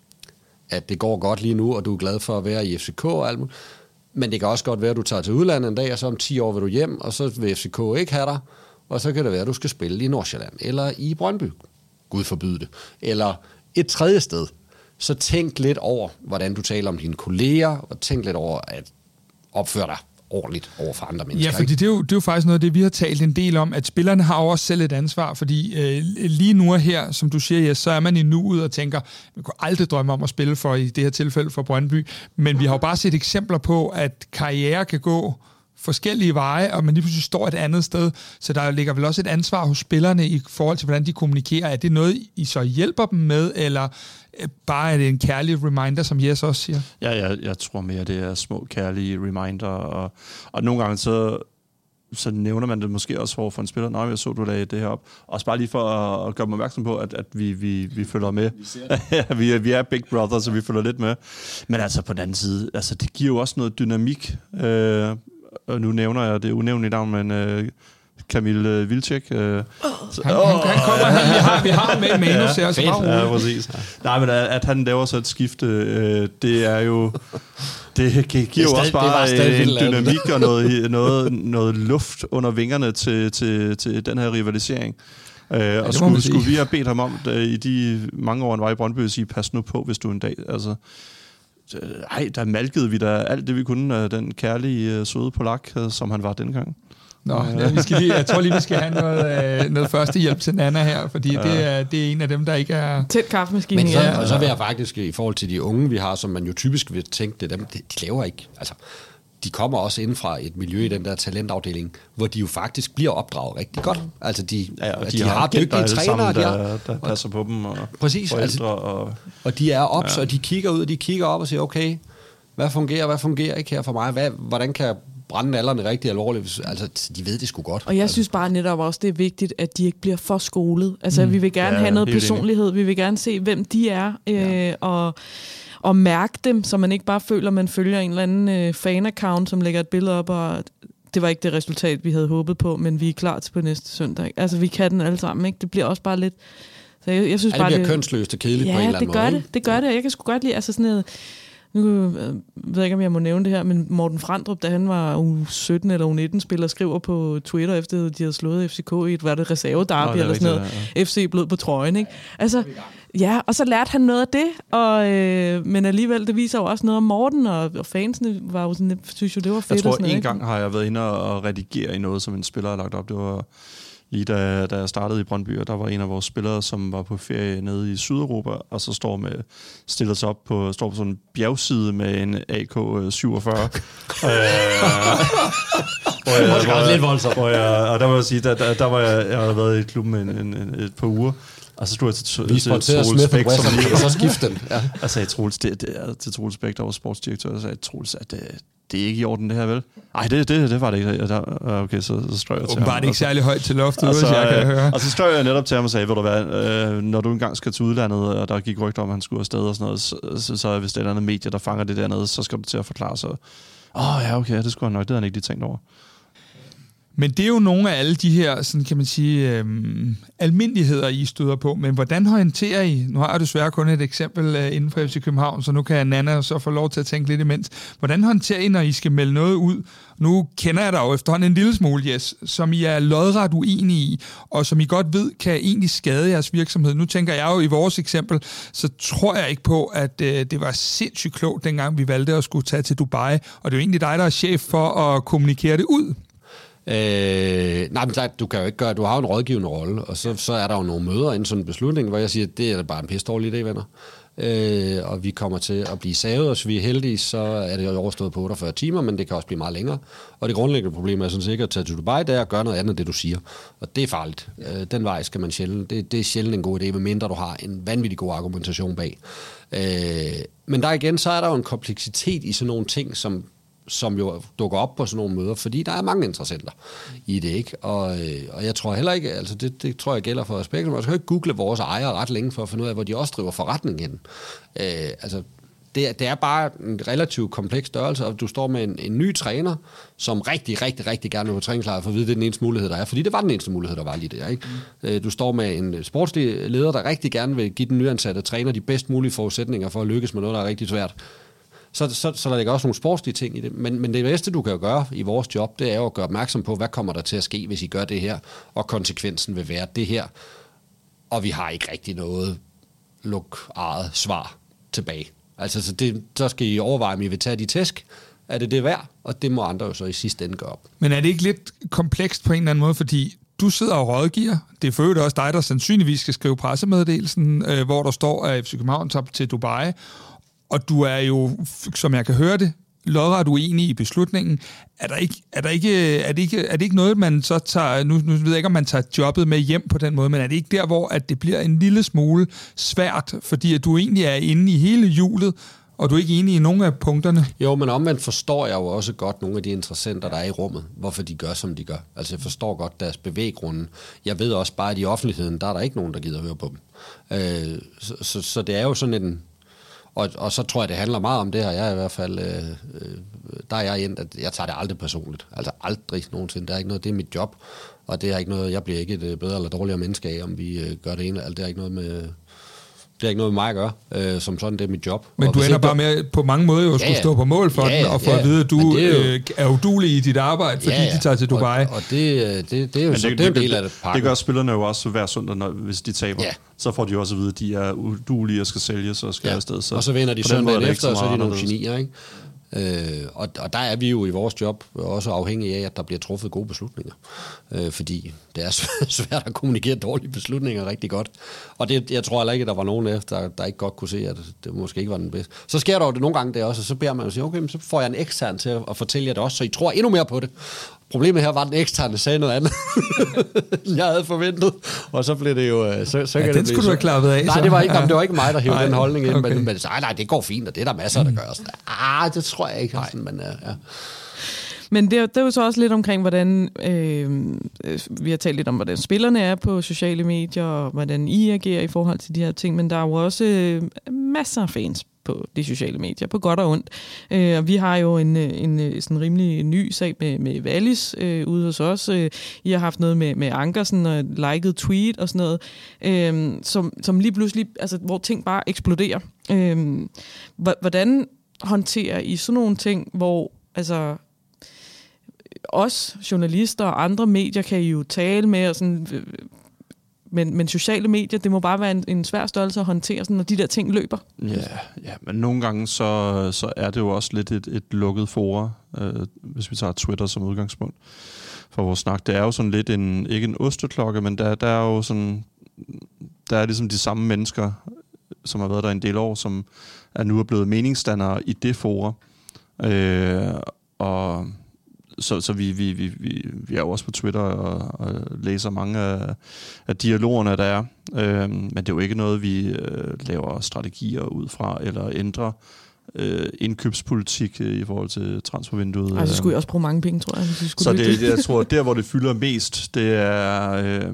at det går godt lige nu, og du er glad for at være i FCK og alt muligt. Men det kan også godt være, at du tager til udlandet en dag, og så om 10 år vil du hjem, og så vil FCK ikke have dig, og så kan det være, at du skal spille i Nordsjælland, eller i Brøndby. Gud forbyde det. Eller et tredje sted. Så tænk lidt over, hvordan du taler om dine kolleger, og tænk lidt over at opføre dig ordentligt over for andre mennesker. Ja, fordi det er jo faktisk noget af det, vi har talt en del om, at spillerne har jo også selv et ansvar, fordi lige nu og her, som du siger, så er man i nuet og tænker, man kunne aldrig drømme om at spille for, i det her tilfælde for Brøndby, men vi har jo bare set eksempler på, at karriere kan gå forskellige veje, og man lige pludselig står et andet sted, så der ligger vel også et ansvar hos spillerne i forhold til, hvordan de kommunikerer. Er det noget, I så hjælper dem med, eller bare er det en kærlig reminder, som Jes også siger? Ja, jeg tror mere, det er små kærlige reminder, og nogle gange så nævner man det måske også over for en spiller. Nej, jeg så, du lagde det her op. Også bare lige for at gøre mig opmærksom på, at vi følger med. Vi er Big Brother, så vi følger lidt med. Men altså på den anden side, altså, det giver jo også noget dynamik. Og nu nævner jeg det unævnlige navn, men Kamil Vilcek. Han kommer, vi har med manus her. Ja, præcis. Nej, men at han laver så et skifte, det er jo... Det giver jo også bare en dynamik og noget luft under vingerne til den her rivalisering. Og skulle vi have bedt ham om i de mange år, han var i Brøndby, at sige, pas nu på, hvis du en dag... Altså, der malkede vi da alt det, vi kunne af den kærlige, søde polak, som han var dengang. Nå, jeg tror lige, vi skal have noget førstehjælp til Nana her, fordi det er en af dem, der ikke er... Tæt kaffemaskine. Men så vil jeg faktisk, i forhold til de unge, vi har, som man jo typisk vil tænke, det dem, de laver ikke... Altså, de kommer også inden fra et miljø i den der talentafdeling, hvor de jo faktisk bliver opdraget rigtig godt. Altså, de har dygtige trænere, der passer på dem, og præcis, forældre. Altså, og de er ops, og de kigger ud, og de kigger op og siger, okay, hvad fungerer ikke her for mig? Hvordan kan jeg brænde alderne rigtig alvorligt? Altså, de ved det sgu godt. Og jeg synes bare netop også, det er vigtigt, at de ikke bliver for skolet. Altså, vi vil gerne have noget personlighed. Vi vil gerne se, hvem de er, og mærke dem, så man ikke bare føler, man følger en eller anden fan-account, som lægger et billede op, og det var ikke det resultat, vi havde håbet på, men vi er klar til på næste søndag. Altså, vi kan den alle sammen, ikke? Det bliver også bare lidt... Så jeg synes bare, det bliver kønsløst og kedeligt på en eller anden måde. Det gør det, og jeg kan sgu godt lide, altså sådan noget... Nu ved jeg ikke, om jeg må nævne det her, men Morten Frandrup, da han var U17 eller U19-spiller, skriver på Twitter, efter de havde slået FCK i et, var det reservedarby eller sådan noget, FC blod på trøjen, ikke? Altså, ja, og så lærte han noget af det, men alligevel, det viser jo også noget om Morten, og fansene var jo sådan, synes jo, det var fedt. Jeg tror, en gang har jeg været inde og redigere i noget, som en spiller har lagt op. Det var lige da jeg startede i Brøndby, og der var en af vores spillere, som var på ferie nede i Sydeuropa, og så stiller sig op står på sådan en bjergside med en AK-47. Lidt voldsomt. Og der må jeg sige, der var jeg havde været i klubben et par uger, og så stod jeg til Troels Bæk, og så skifte den. Ja. Og sagde til Troels Bæk, der var sportsdirektør, og sagde Troels, at det er ikke i orden det her, vel? Nej, det var det ikke. Okay, så strøg jeg til ham. Var det ikke særlig højt til loftet, hvis jeg kan høre? Og så strøg jeg netop til ham og sagde, ved du hvad, når du engang skal til udlandet, og der gik rygter om, at han skulle afsted og sådan noget, så hvis det er et andet medie, der fanger det dernede, så skal du til at forklare sig. Ja, okay, det skulle han nok. Det havde han ikke lige tænkt over. Men det er jo nogle af alle de her, sådan kan man sige, almindeligheder, I støder på. Men hvordan håndterer I? Nu har jeg desværre kun et eksempel inden for FC København, så nu kan Nanna så få lov til at tænke lidt imens. Hvordan håndterer I, når I skal melde noget ud? Nu kender jeg dig jo efterhånden en lille smule, Jes, som I er lodret uenige i, og som I godt ved, kan egentlig skade jeres virksomhed. Nu tænker jeg jo i vores eksempel, så tror jeg ikke på, at det var sindssygt klogt, dengang vi valgte at skulle tage til Dubai. Og det er jo egentlig dig, der er chef for at kommunikere det ud. Nej, men du kan jo ikke gøre, du har jo en rådgivende rolle, og så er der jo nogle møder inden sådan en beslutning, hvor jeg siger, det er bare en pisse dårlig idé, venner. Og vi kommer til at blive savet, og så vi er heldige, så er det jo overstået på 48 timer, men det kan også blive meget længere. Og det grundlæggende problem er sådan set at tage til Dubai, det er at gøre noget andet end det, du siger. Og det er farligt. Den vej skal man sjældent. Det er sjældent en god idé, medmindre du har en vanvittig god argumentation bag. Men der igen, så er der jo en kompleksitet i sådan nogle ting, som jo dukker op på sådan nogle møder, fordi der er mange interessenter i det, ikke? Og jeg tror heller ikke, altså det tror jeg gælder for Spektrum, man skal ikke google vores ejere ret længe for at finde ud af, hvor de også driver forretning hen. Altså, det er bare en relativt kompleks størrelse, og du står med en ny træner, som rigtig, rigtig, rigtig gerne vil på træningslejr, for at vide, det er den eneste mulighed, der er, fordi det var den eneste mulighed, der var lige der, ikke? Du står med en sportslig leder, der rigtig gerne vil give den nyansatte træner de bedst mulige forudsætninger for at lykkes med noget, der er rigtig svært. Så der ligger også nogle sportslige ting i det. Men det bedste, du kan gøre i vores job, det er jo at gøre opmærksom på, hvad kommer der til at ske, hvis I gør det her, og konsekvensen vil være det her. Og vi har ikke rigtig noget luk-eget svar tilbage. Altså, så skal I overveje, om I vil tage de tæsk. Er det værd? Og det må andre jo så i sidste ende gøre op. Men er det ikke lidt komplekst på en eller anden måde, fordi du sidder og rådgiver. Det er for øvrigt også dig, der sandsynligvis skal skrive pressemeddelelsen, hvor der står, at FC København tager til Dubai. Og du er jo, som jeg kan høre det, lodret uenig i beslutningen. Er det ikke noget, man så tager... Nu ved jeg ikke, om man tager jobbet med hjem på den måde, men er det ikke der, hvor at det bliver en lille smule svært, fordi at du egentlig er inde i hele hjulet, og du er ikke enig i nogen af punkterne? Jo, men omvendt forstår jeg jo også godt nogle af de interessenter, der er i rummet, hvorfor de gør, som de gør. Altså, jeg forstår godt deres bevæggrunde. Jeg ved også bare, at i offentligheden, der er der ikke nogen, der gider høre på dem. Så det er jo sådan en... Og så tror jeg, det handler meget om det her. Jeg er i hvert fald, der er jeg endt, at jeg tager det aldrig personligt. Altså aldrig nogensinde. Det er ikke noget, det er mit job. Og det er ikke noget, jeg bliver ikke et bedre eller dårligere menneske af, om vi gør det ene. Altså, det er ikke noget med... Det er ikke noget med mig at gøre, som sådan, det er mit job. Men du ender bare med på mange måder jo at skulle stå på mål for den, og for at vide, at du er uduelig i dit arbejde, fordi de tager til Dubai. Og det er jo så, det er en del af det pakke. Det gør spillerne jo også hver søndag, hvis de taber. Ja. Så får de jo også at vide, at de er udulige og skal sælges og skal afsted. Og så vinder de søndagen efter, og så er de nogle genier, ikke? Og der er vi jo i vores job også afhængige af, at der bliver truffet gode beslutninger. Fordi det er svært at kommunikere dårlige beslutninger rigtig godt. Og jeg tror heller ikke, at der var nogen efter, der ikke godt kunne se, at det måske ikke var den bedste. Så sker der jo det nogle gange det også, og så beder man jo sige, okay, så får jeg en ekstern til at fortælle jer det også, så I tror endnu mere på det. Problemet her var, at den eksterne sagde noget andet, jeg havde forventet. Og så blev det jo... den skulle du have klappet af. Nej, det var ikke mig, der hævde den holdning ind. Okay. Men nej, det går fint, og det er der masser, der gør. Det tror jeg ikke. Sådan, men, ja. Men det er jo så også lidt omkring, hvordan... vi har talt lidt om, hvordan spillerne er på sociale medier, og hvordan I agerer i forhold til de her ting. Men der er jo også masser af fans på de sociale medier, på godt og ondt. Og vi har jo en sådan rimelig ny sag med Wallis ude hos os. I har haft noget med Ankersen og liket tweet og sådan noget, som lige pludselig, altså hvor ting bare eksploderer. Hvordan håndterer I sådan nogle ting, hvor altså os journalister og andre medier kan I jo tale med og sådan... Men sociale medier, det må bare være en svær størrelse at håndtere, sådan, når de der ting løber. Ja, men nogle gange så er det jo også lidt et lukket forum, hvis vi tager Twitter som udgangspunkt. vores snak. Det er jo sådan lidt ikke en osteklokke, men der er jo sådan, der er ligesom de samme mennesker, som har været der en del år, som er nu blevet meningsdannere i det forum. Og så vi er jo også på Twitter og læser mange af dialogerne, der er. Men det er jo ikke noget, vi laver strategier ud fra, eller ændrer indkøbspolitik i forhold til transfervinduet. Altså skulle I også bruge mange penge, tror jeg. Hvis I så det, jeg tror, der hvor det fylder mest, det er...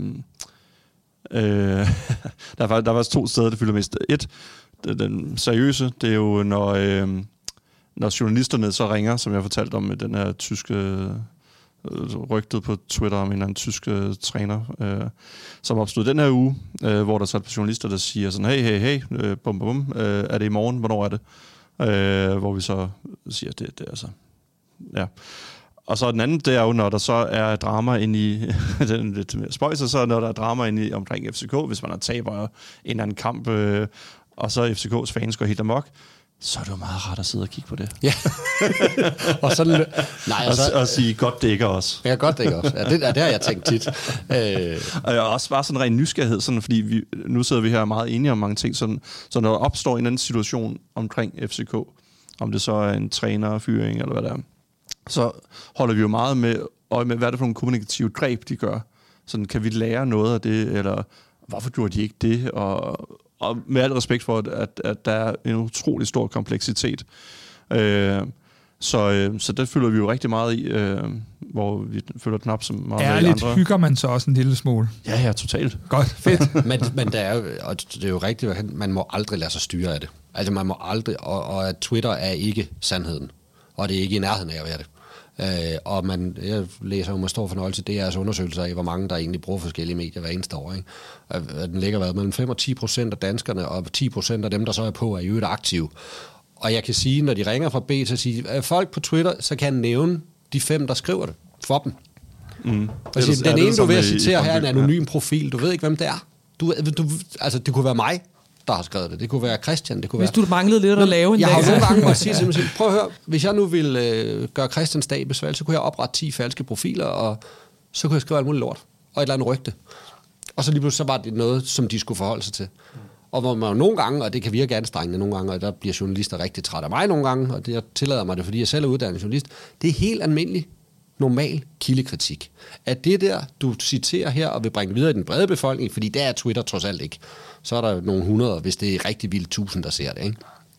der er faktisk 2 steder, det fylder mest. Et, den seriøse, det er jo, når journalisterne så ringer, som jeg fortalte om med den her tyske rygtet på Twitter om en eller anden tysk træner, som opstod den her uge, hvor der så er journalister, der siger sådan, hey, bum, bum, er det i morgen? Hvornår er det? Hvor vi så siger, det altså... Ja. Og så den anden, det er jo, når der så er drama ind i... den lidt mere spøjser, så når der er drama ind i omkring FCK, hvis man har taber en eller anden kamp, og så FCK's fans går helt amok, så er det jo meget rart at sidde og kigge på det. Ja. Og sådan... Nej, og sige, godt det ikke er os. Ja, godt det ikke er os. Ja, det har jeg tænkt tit. Og også bare sådan en ren nysgerrighed, sådan, fordi nu sidder vi her meget enige om mange ting, sådan, så når der opstår en anden situation omkring FCK, om det så er en trænerfyring eller hvad det er, så holder vi jo meget med øje med, hvad er det for nogle kommunikative greb, de gør. Sådan, kan vi lære noget af det, eller hvorfor gjorde de ikke det? Og med al respekt for, at der er en utrolig stor kompleksitet. Så det følger vi jo rigtig meget i, hvor vi følger knap som meget ærligt andre. Hygger man så også en lille smule? Ja, totalt. Godt, fedt. men det er jo, og det er jo rigtigt, man må aldrig lade sig styre af det. Altså man må aldrig, og at Twitter er ikke sandheden. Og det er ikke i nærheden af at være det. Og jeg læser jo med stor fornøjelse DR's undersøgelser af, hvor mange der egentlig bruger forskellige medier hver eneste år. Ikke? Den ligger mellem 5 og 10% af danskerne, og 10% af dem, der så er på, er i øvrigt aktive. Og jeg kan sige, når de ringer fra B til at sige, folk på Twitter, så kan jeg nævne de 5, der skriver det for dem. Og sige, den ene, du vil citere her, er en anonym profil. Du ved ikke, hvem det er. Altså, det kunne være mig, der har skrevet det. Det kunne være Christian. Det kunne hvis du manglede lidt at lave en dag. Jeg har nogle gange måtte sige, prøv at høre, hvis jeg nu ville gøre Christians dag besværligt, så kunne jeg oprette 10 falske profiler, og så kunne jeg skrive alt muligt lort, og et eller andet rygte. Og så lige pludselig så var det noget, som de skulle forholde sig til. Og hvor man jo nogle gange, og det kan virke anstrengende nogle gange, og der bliver journalister rigtig træt af mig nogle gange, og det jeg tillader mig det, fordi jeg selv er uddannet journalist, det er helt almindelig, normal kildekritik. At det der, du citerer her, og vil bringe videre i den brede befolkning, fordi der er Twitter trods alt ikke. Så er der nogle 100, hvis det er rigtig vildt 1000, der ser det, ikke?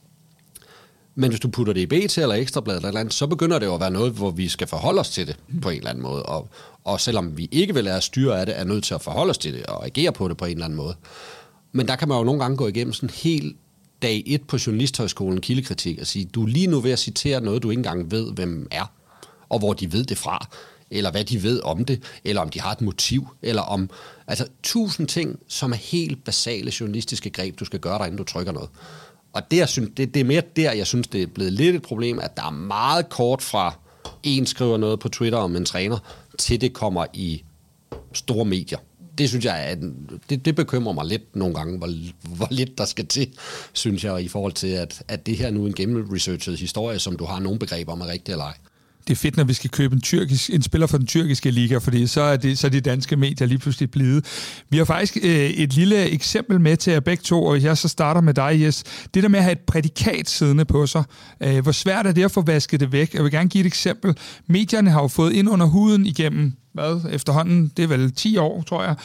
Men hvis du putter det i BT eller Ekstrabladet eller andet, så begynder det jo at være noget, hvor vi skal forholde os til det på en eller anden måde. Og selvom vi ikke vil lade os styre af det, er nødt til at forholde os til det og agere på det på en eller anden måde. Men der kan man jo nogle gange gå igennem sådan helt dag 1 på Journalisthøjskolen kildekritik og sige, du er lige nu ved at citere noget, du ikke engang ved, hvem er, og hvor de ved det fra, eller hvad de ved om det, eller om de har et motiv, eller om... Altså 1000 ting, som er helt basale journalistiske greb, du skal gøre dig, inden du trykker noget. Og det er mere der, jeg synes, det er blevet lidt et problem, at der er meget kort fra en skriver noget på Twitter om en træner, til det kommer i store medier. Det synes jeg, det bekymrer mig lidt nogle gange, hvor lidt der skal til, synes jeg, i forhold til, at det her nu er en gennemresearchet historie, som du har nogle begreber om er rigtigt eller ej. Det er fedt, når vi skal købe en spiller fra den tyrkiske liga, fordi så er de danske medier lige pludselig blevet. Vi har faktisk et lille eksempel med til jer begge to, og jeg så starter med dig, Jes. Det der med at have et prædikat siddende på sig. Hvor svært er det at få vasket det væk? Jeg vil gerne give et eksempel. Medierne har jo fået ind under huden igennem efterhånden, det er vel 10 år, tror jeg,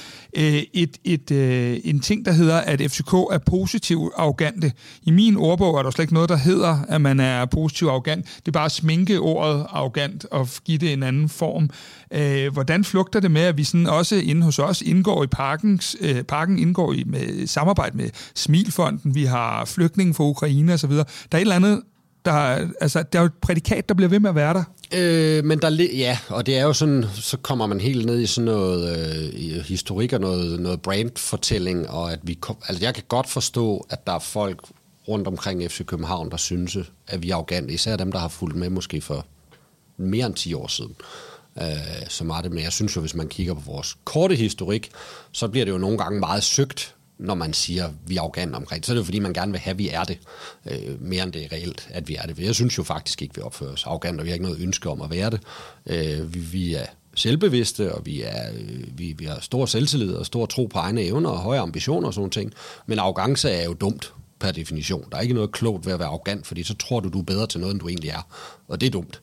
en ting, der hedder, at FCK er positivt arrogante. I min ordbog er der slet ikke noget, der hedder, at man er positivt arrogant. Det er bare at sminke ordet arrogant og give det en anden form. Hvordan flugter det med, at vi sådan også inde hos os indgår i parken indgår i med samarbejde med Smilfonden, vi har flygtninge fra Ukraine osv. Der er et eller andet, der er jo et prædikat, der bliver ved med at være der. Men ja, og det er jo sådan, så kommer man helt ned i sådan noget historik og noget brandfortælling, og at jeg kan godt forstå, at der er folk rundt omkring FC København, der synes, at vi er arrogante, især dem, der har fulgt med måske for mere end 10 år siden. Så meget det, men jeg synes jo, hvis man kigger på vores korte historik, så bliver det jo nogle gange meget søgt, når man siger, vi er arrogante omkring. Så er det jo, fordi man gerne vil have, at vi er det. Mere end det er reelt, at vi er det. Jeg synes jo faktisk ikke, vi opfører os arrogant, og vi har ikke noget ønske om at være det. Vi er selvbevidste, og vi har stor selvtillid og stor tro på egne evner og høje ambitioner og sådan ting. Men arrogance er jo dumt per definition. Der er ikke noget klogt ved at være arrogant, fordi så tror du er bedre til noget, end du egentlig er. Og det er dumt.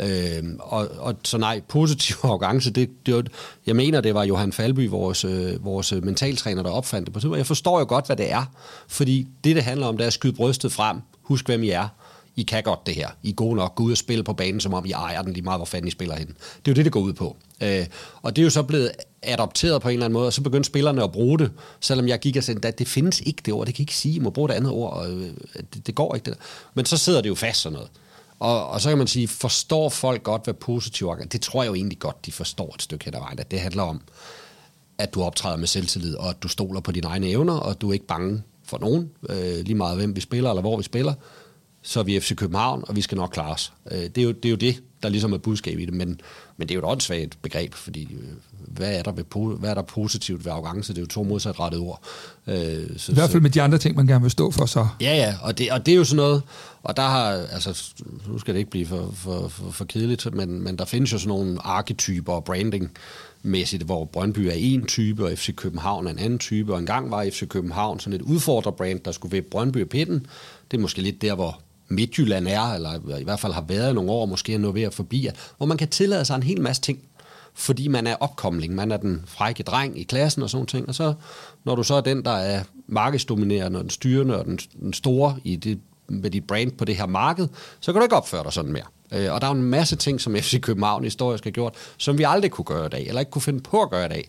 Så nej, positiv arrogance, jeg mener, det var Johan Falby, vores mentaltræner, der opfandt det på tidspunkt. Jeg forstår jo godt, hvad det er, fordi det handler om, det er at skyde brystet frem. Husk, hvem I er. I kan godt det her. I er gode nok. Gå ud og spille på banen, som om I ejer den lige meget, hvor fanden I spiller henne. Det er jo det går ud på. Og det er jo så blevet adopteret på en eller anden måde, og så begyndte spillerne at bruge det, selvom jeg gik og sagde, at det findes ikke det ord, det kan ikke sige, I må bruge det andet ord, og det går ikke det der. Men så sidder det jo fast sådan noget. Og så kan man sige, forstår folk godt, hvad positiv er? Det tror jeg jo egentlig godt, de forstår et stykke hen ad vejen, at det handler om, at du optræder med selvtillid, og at du stoler på dine egne evner, og du er ikke bange for nogen, lige meget hvem vi spiller, eller hvor vi spiller. Så er vi FC København, og vi skal nok klare os. Det er jo det, der ligesom er budskab i det, men det er jo et åndssvagt begreb, fordi hvad er der positivt ved arrogance? Det er jo 2 modsatrettede ord. I hvert fald med de andre ting, man gerne vil stå for så. Ja, og det er jo sådan noget, og der har, altså, nu skal det ikke blive for kedeligt, men der findes jo sådan nogle arketyper og branding-mæssigt, hvor Brøndby er en type, og FC København er en anden type, og engang var FC København sådan et udfordrerbrand, der skulle ved Brøndby og Pitten. Det er måske lidt der, hvor Midtjylland er, eller i hvert fald har været i nogle år, måske er noget ved at forbi, hvor man kan tillade sig en hel masse ting, fordi man er opkomling, man er den frække dreng i klassen og sådan ting, og så, når du så er den, der er markedsdominerende og den styrende og den store med dit brand på det her marked, så kan du ikke opføre dig sådan mere. Og der er en masse ting, som FC København historisk har gjort, som vi aldrig kunne gøre i dag, eller ikke kunne finde på at gøre i dag.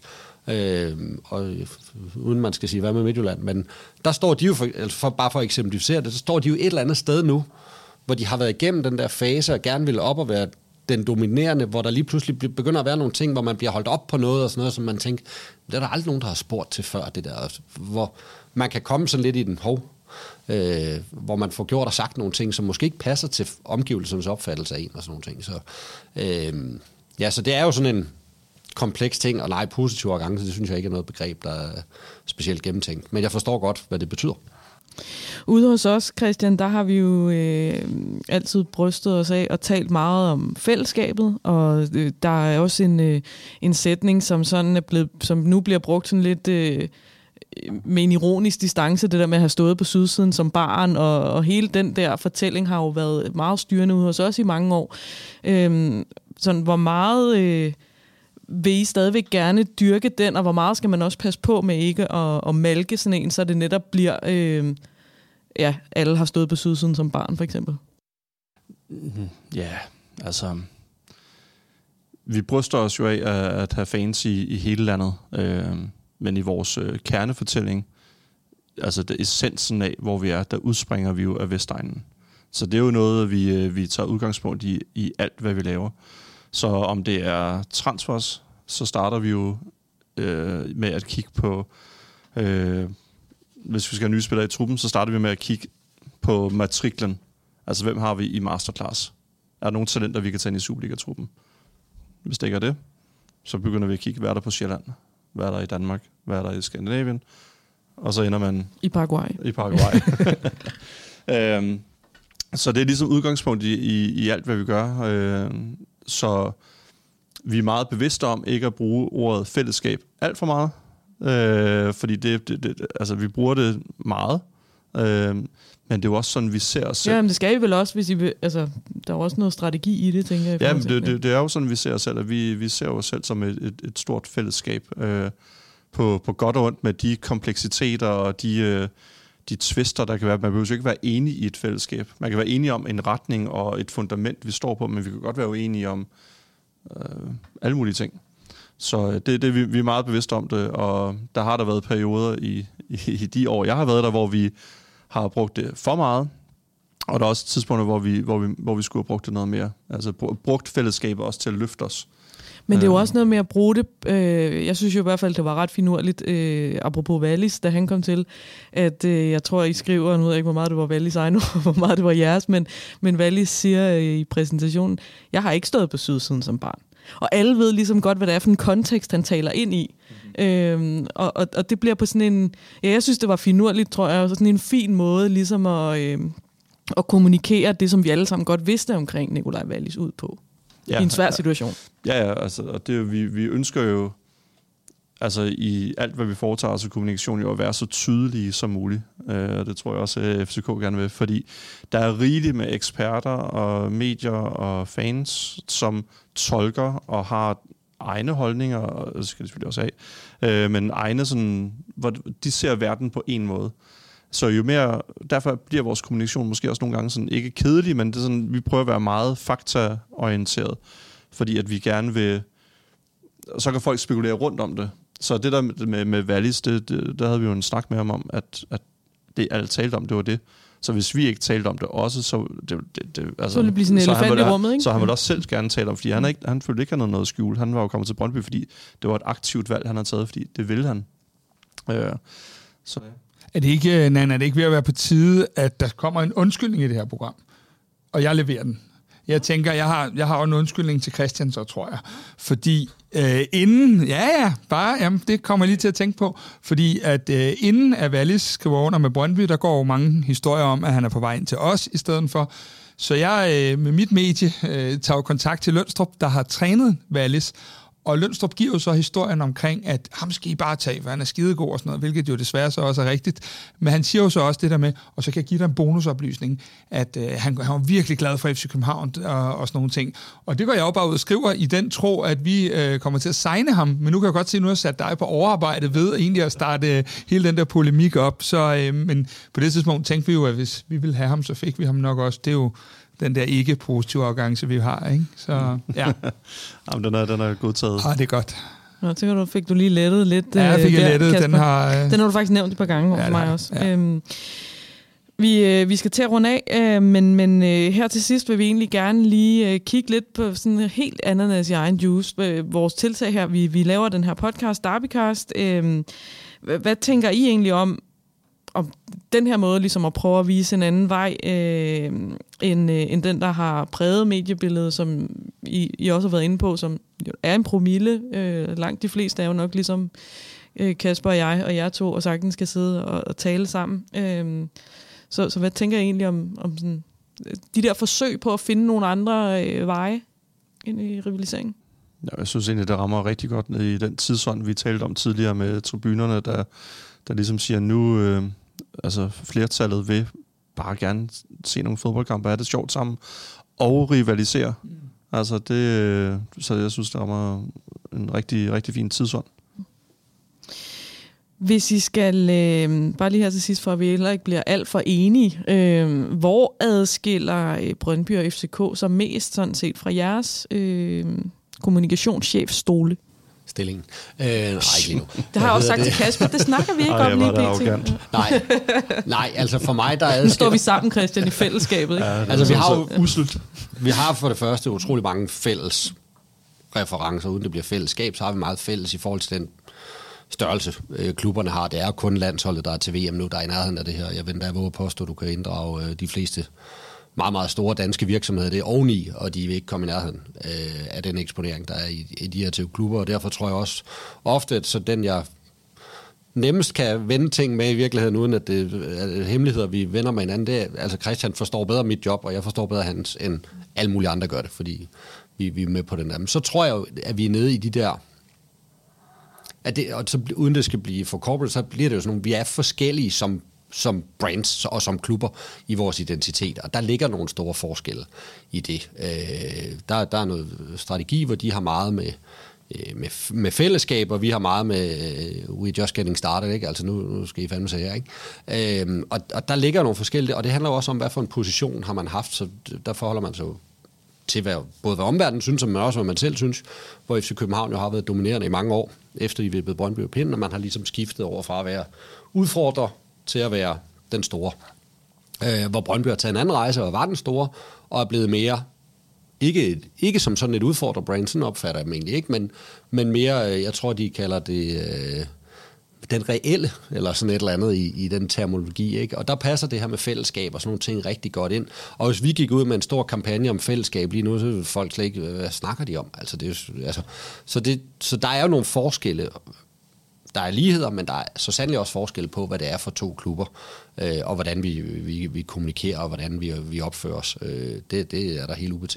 Og uden man skal sige, hvad med Midtjylland, men der står de jo, bare for at eksemplificere det, så står de jo et eller andet sted nu, hvor de har været igennem den der fase og gerne ville op og være den dominerende, hvor der lige pludselig begynder at være nogle ting, hvor man bliver holdt op på noget og sådan noget, som man tænker, det er der aldrig nogen, der har spurgt til før, det der, hvor man kan komme sådan lidt i den hvor man får gjort og sagt nogle ting, som måske ikke passer til omgivelsernes opfattelse af en og sådan nogle ting. Så, så det er jo sådan en kompleks ting, og nej, positiv arrogance, det synes jeg ikke er noget begreb, der er specielt gennemtænkt. Men jeg forstår godt, hvad det betyder. Ude hos os, Christian, der har vi jo altid brystet os af og talt meget om fællesskabet, og der er også en sætning, som sådan er blevet, som nu bliver brugt sådan lidt med en ironisk distance, det der med at have stået på sydsiden som barn, og hele den der fortælling har jo været meget styrende ude hos os i mange år. Sådan, hvor meget vil I stadigvæk gerne dyrke den, og hvor meget skal man også passe på med ikke at malke sådan en, så det netop bliver, alle har stået på sydsiden som barn, for eksempel? Ja, altså, vi bryster os jo af at have fans i hele landet, men i vores kernefortælling, altså det essensen af, hvor vi er, der udspringer vi jo af Vestegnen. Så det er jo noget, vi tager udgangspunkt i alt, hvad vi laver. Så om det er transfers, så starter vi jo med at kigge på, hvis vi skal have nye spillere i truppen, så starter vi med at kigge på matriklen. Altså, hvem har vi i masterclass? Er der nogle talenter, vi kan tage ind i Superliga-truppen? Hvis det ikke er det, så begynder vi at kigge, hvad er der på Sjælland? Hvad er der i Danmark? Hvad er der i Skandinavien? Og så ender man i Paraguay. Så det er ligesom udgangspunkt i alt, hvad vi gør. Så vi er meget bevidste om ikke at bruge ordet fællesskab alt for meget. Fordi altså, vi bruger det meget. Men det er jo også sådan, vi ser os selv. Ja, men det skal I vel også, hvis I vil, altså, der er også noget strategi i det, tænker jeg. Ja, men det er jo sådan, vi ser os selv, at vi ser os selv som et stort fællesskab på godt og ondt med de kompleksiteter og de twister, der kan være. Man behøver jo ikke være enige i et fællesskab. Man kan være enige om en retning og et fundament, vi står på, men vi kan godt være uenige om alle mulige ting. Så vi er meget bevidste om det, og der har der været perioder i de år, jeg har været der, hvor vi har brugt det for meget, og der er også tidspunkter, hvor vi skulle have brugt det noget mere. Altså brugt fællesskabet også til at løfte os. Men det er jo også noget med at bruge det. Jeg synes jo i hvert fald, det var ret finurligt, apropos Wallis, da han kom til, at jeg tror, I skriver, nu ved jeg ikke, hvor meget det var Wallis egen, hvor meget det var jeres, men Wallis siger i præsentationen, jeg har ikke stået på sydsiden som barn. Og alle ved ligesom godt, hvad det er for en kontekst, han taler ind i. Og det bliver på sådan en... Ja, jeg synes, det var finurligt, tror jeg, og sådan en fin måde ligesom at kommunikere det, som vi alle sammen godt vidste omkring Nikolaj Wallis ud på. i en svær situation. Ja, altså, og det, vi ønsker jo, altså i alt, hvad vi foretager os i kommunikation, jo at være så tydelige som muligt. Og det tror jeg også, at FCK gerne vil, fordi der er rigeligt med eksperter og medier og fans, som tolker og har egne holdninger, og det skal de selvfølgelig også have, men egne sådan, hvor de ser verden på en måde. Så jo mere, derfor bliver vores kommunikation måske også nogle gange sådan, ikke kedelig, men det er sådan, vi prøver at være meget faktaorienteret, fordi at vi gerne vil, så kan folk spekulere rundt om det. Så det der med Wallis, der havde vi jo en snak med ham om, at det alle talte om, det var det. Så hvis vi ikke talte om det også, så så ville det blive sådan en elefant i rummet, ikke? Så han ville også selv gerne tale om, fordi han følte ikke, han havde noget skjul. Han var jo kommet til Brøndby, fordi det var et aktivt valg, han havde taget, fordi det ville han. Så ja. Er det ikke, Nana, er det ikke ved at være på tide, at der kommer en undskyldning i det her program? Og jeg leverer den. Jeg tænker, jeg har jo en undskyldning til Christian, så tror jeg. Fordi inden... Jamen, det kommer jeg lige til at tænke på. Fordi at inden at Wallis skriver under med Brøndby, der går jo mange historier om, at han er på vej ind til os i stedet for. Så jeg med mit medie tager kontakt til Lønstrup, der har trænet Wallis. Og Lønstrup giver jo så historien omkring, at ham skal I bare tage, for han er skidegod og sådan noget, hvilket jo desværre så også er rigtigt. Men han siger jo så også det der med, og så kan jeg give dig en bonusoplysning, at han var virkelig glad for FC København og sådan nogle ting. Og det går jeg jo bare ud og skriver i den tro, at vi kommer til at signe ham. Men nu kan jeg godt se, at nu har jeg sat dig på overarbejde ved egentlig at starte hele den der polemik op. Så, men på det tidspunkt tænkte vi jo, at hvis vi ville have ham, så fik vi ham nok også. Det er jo den der ikke-positive arrogance, vi har, ikke? Så, ja. Jamen, den er godtaget. Det er godt. Nå, så fik du lige lettet lidt. Ja, jeg fik lettet. Den har du faktisk nævnt et par gange over for mig også. Ja. Vi skal til at runde af, men her til sidst vil vi egentlig gerne lige kigge lidt på sådan en helt ananas i egen juice. Vores tiltag her, vi laver den her podcast, Derbycast. Hvad tænker I egentlig om den her måde ligesom at prøve at vise en anden vej, end den, der har præget mediebilledet, som I også har været inde på, som er en promille. Langt de fleste er jo nok ligesom Kasper og jeg og jer to, og sagtens skal sidde og tale sammen. Så hvad tænker I egentlig om sådan, de der forsøg på at finde nogle andre veje ind i rivaliseringen? Ja, jeg synes egentlig, det rammer rigtig godt ned i den tidsånd, vi talte om tidligere med tribunerne, der ligesom siger, nu flertallet vil bare gerne se nogle fodboldkampe, er det sjovt sammen, og rivalisere. Altså det, så jeg synes, det rammer en rigtig, rigtig fin tidsånd. Hvis I skal, bare lige her til sidst, for at vi heller ikke bliver alt for enige, hvor adskiller Brøndby og FCK så mest sådan set fra jeres kommunikationschef-stole? Stillingen. Nej, ikke lige nu. Det har jeg også sagt til Kasper, det snakker vi ikke om lige pt. Nej, altså for mig, der er... Nu står vi sammen, Christian, i fællesskabet, ikke? Ja, altså, vi har jo uselt. Vi har for det første utrolig mange fælles referencer, uden det bliver fællesskab, så har vi meget fælles i forhold til den størrelse, klubberne har. Det er kun landsholdet, der er til VM nu, der er i nærheden af det her. Jeg våger påstå, at du kan inddrage de fleste meget, meget store danske virksomheder, det er oveni, og de vil ikke komme i nærheden af den eksponering, der er i de her to klubber, og derfor tror jeg også ofte, at så den jeg nemmest kan vende ting med i virkeligheden, uden at det er hemmeligheder, vi vender med hinanden, det er, altså Christian forstår bedre mit job, og jeg forstår bedre hans, end alle mulige andre gør det, fordi vi er med på den der. Men så tror jeg jo, at vi er nede i de der, at det, og så, uden det skal blive for corporate, så bliver det jo sådan nogle, vi er forskellige som brands og som klubber i vores identitet, og der ligger nogle store forskelle i det. Der er noget strategi, hvor de har meget med fællesskab, og vi har meget med we just getting started, ikke? Altså nu skal I fandme se her, ikke? Og der ligger nogle forskellige, og det handler jo også om, hvad for en position har man haft, så der forholder man sig til både hvad omverdenen synes, men også hvad man selv synes, hvor FC København jo har været dominerende i mange år, efter de er blevet Brøndby og Pinden, og man har ligesom skiftet over fra at være udfordrer til at være den store. Hvor Brøndby har taget en anden rejse og var den store, og er blevet mere, ikke som sådan et udfordrerbrand, sådan opfatter jeg dem egentlig ikke, men mere, jeg tror, de kalder det den reelle, eller sådan et eller andet i den terminologi, ikke? Og der passer det her med fællesskab og sådan nogle ting rigtig godt ind. Og hvis vi gik ud med en stor kampagne om fællesskab lige nu, så vil folk slet ikke, hvad snakker de om? Altså, så der er jo nogle forskelle. Der er ligheder, men der er så sandelig også forskel på, hvad det er for to klubber, og hvordan vi kommunikerer, og hvordan vi opfører os. Det er der helt ubetinget.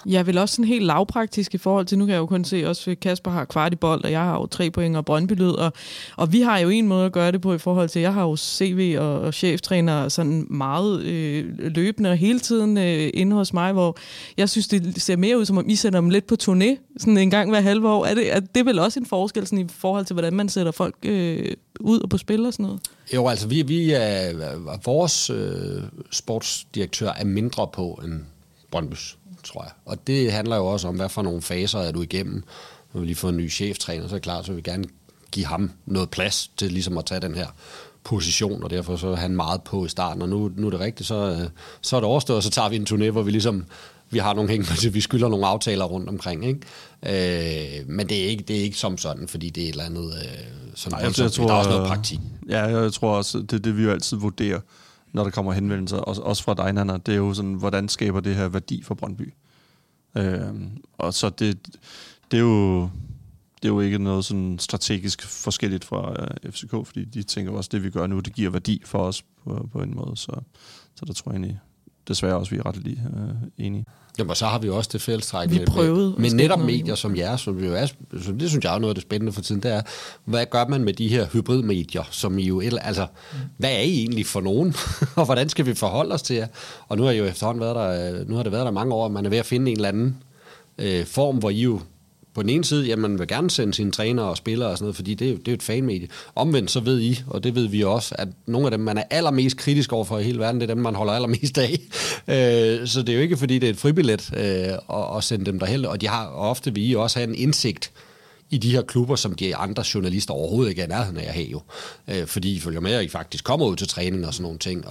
Jeg vil også sådan helt lavpraktisk i forhold til, nu kan jeg jo kun se, også Kasper har kvart i bold, og jeg har jo 3 point og Brøndby Lyd, og vi har jo en måde at gøre det på i forhold til, jeg har jo CV og cheftræner sådan meget løbende og hele tiden inde hos mig, hvor jeg synes, det ser mere ud, som om I sender dem lidt på turné, sådan en gang hver halve år. Er det vel også en forskel sådan, i forhold til, hvordan man sætter folk ud og på spil og sådan noget? Jo, altså vores sportsdirektør er mindre på end Brøndbys, tror jeg. Og det handler jo også om, hvad for nogle faser er du igennem. Når vi lige får en ny cheftræner, så er det klart, så vil vi gerne give ham noget plads til ligesom at tage den her position, og derfor så er han meget på i starten. Og nu er det rigtigt, så er det overstået, og så tager vi en turné, hvor vi har nogle hæng, vi skylder nogle aftaler rundt omkring, ikke? Men det er ikke som sådan, fordi det er et eller andet sådan. Nej, jeg tror, der er også noget praktik. Ja, jeg tror også, det vi jo altid vurderer, når der kommer henvendelser, også fra dig, Nanna, det er jo sådan, hvordan skaber det her værdi for Brøndby? Og så det er jo ikke noget sådan strategisk forskelligt fra FCK, fordi de tænker også, det vi gør nu, det giver værdi for os på en måde, så der tror jeg egentlig, desværre også, vi er ret lige enige. Jamen, så har vi også det fællestræk med netop medier som jer, som jo er, det synes jeg er noget af det spændende for tiden, det er, hvad gør man med de her hybridmedier, som I jo, altså, hvad er I egentlig for nogen, og hvordan skal vi forholde os til jer? Og nu har jo efterhånden været der mange år, at man er ved at finde en eller anden form, hvor I jo på den ene side, jamen, man vil gerne sende sine trænere og spillere og sådan noget, fordi det er jo et fanmedie. Omvendt så ved I, og det ved vi også, at nogle af dem, man er allermest kritisk overfor i hele verden, det er dem, man holder allermest af. Så det er jo ikke, fordi det er et fribillet at sende dem derhen, og ofte vil I også have en indsigt i de her klubber, som de andre journalister overhovedet ikke er i nærheden af at have jo. Fordi I følger med, og I faktisk kommer ud til træning og sådan nogle ting.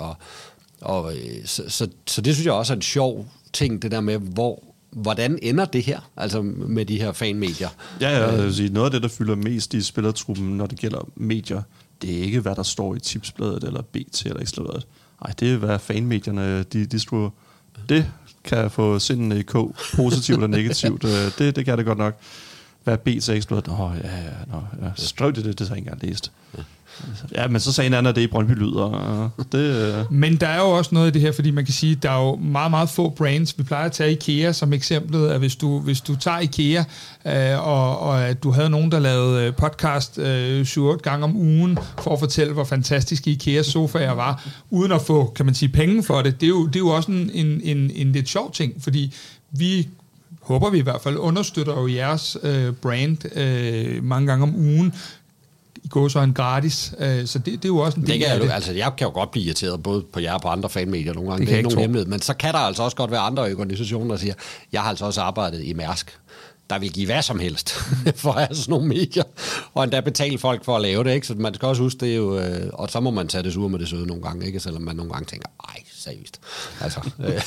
Så det synes jeg også er en sjov ting, det der med, hvordan ender det her, altså med de her fanmedier? Ja, jeg vil sige, noget af det, der fylder mest i spillertruppen, når det gælder medier, det er ikke, hvad der står i Tipsbladet eller BT eller Ekstrabladet. Nej, det er, hvad fanmedierne, de skriver. Det kan få sinden i kog, positivt eller negativt. Det kan det godt nok. Hvad BT og Ekstrabladet? Skrev det har jeg ikke engang læst. Ja, men så sagde en anden, at det er i Brøndby Lyd. Men der er jo også noget i det her, fordi man kan sige, der er jo meget, meget få brands. Vi plejer at tage IKEA som eksemplet, at hvis du tager IKEA, og at du havde nogen, der lavede podcast 7-8 gange om ugen, for at fortælle, hvor fantastisk IKEAs sofaer var, uden at få, kan man sige, penge for det. Det er jo også en lidt sjov ting, fordi vi håber vi i hvert fald understøtter jo jeres brand mange gange om ugen. I går så en gratis, så det er jo også en del af det. Altså, jeg kan jo godt blive irriteret både på jer og på andre fanmedier nogle gange. Det er ikke nogen hemmelighed, men så kan der altså også godt være andre organisationer, der siger, jeg har altså også arbejdet i Mærsk, der vil give hvad som helst for at have sådan nogle medier, og endda betale folk for at lave det, ikke? Så man skal også huske, det er jo, og så må man tage det sur med det søde nogle gange, ikke? Selvom man nogle gange tænker, ej, seriøst. Altså,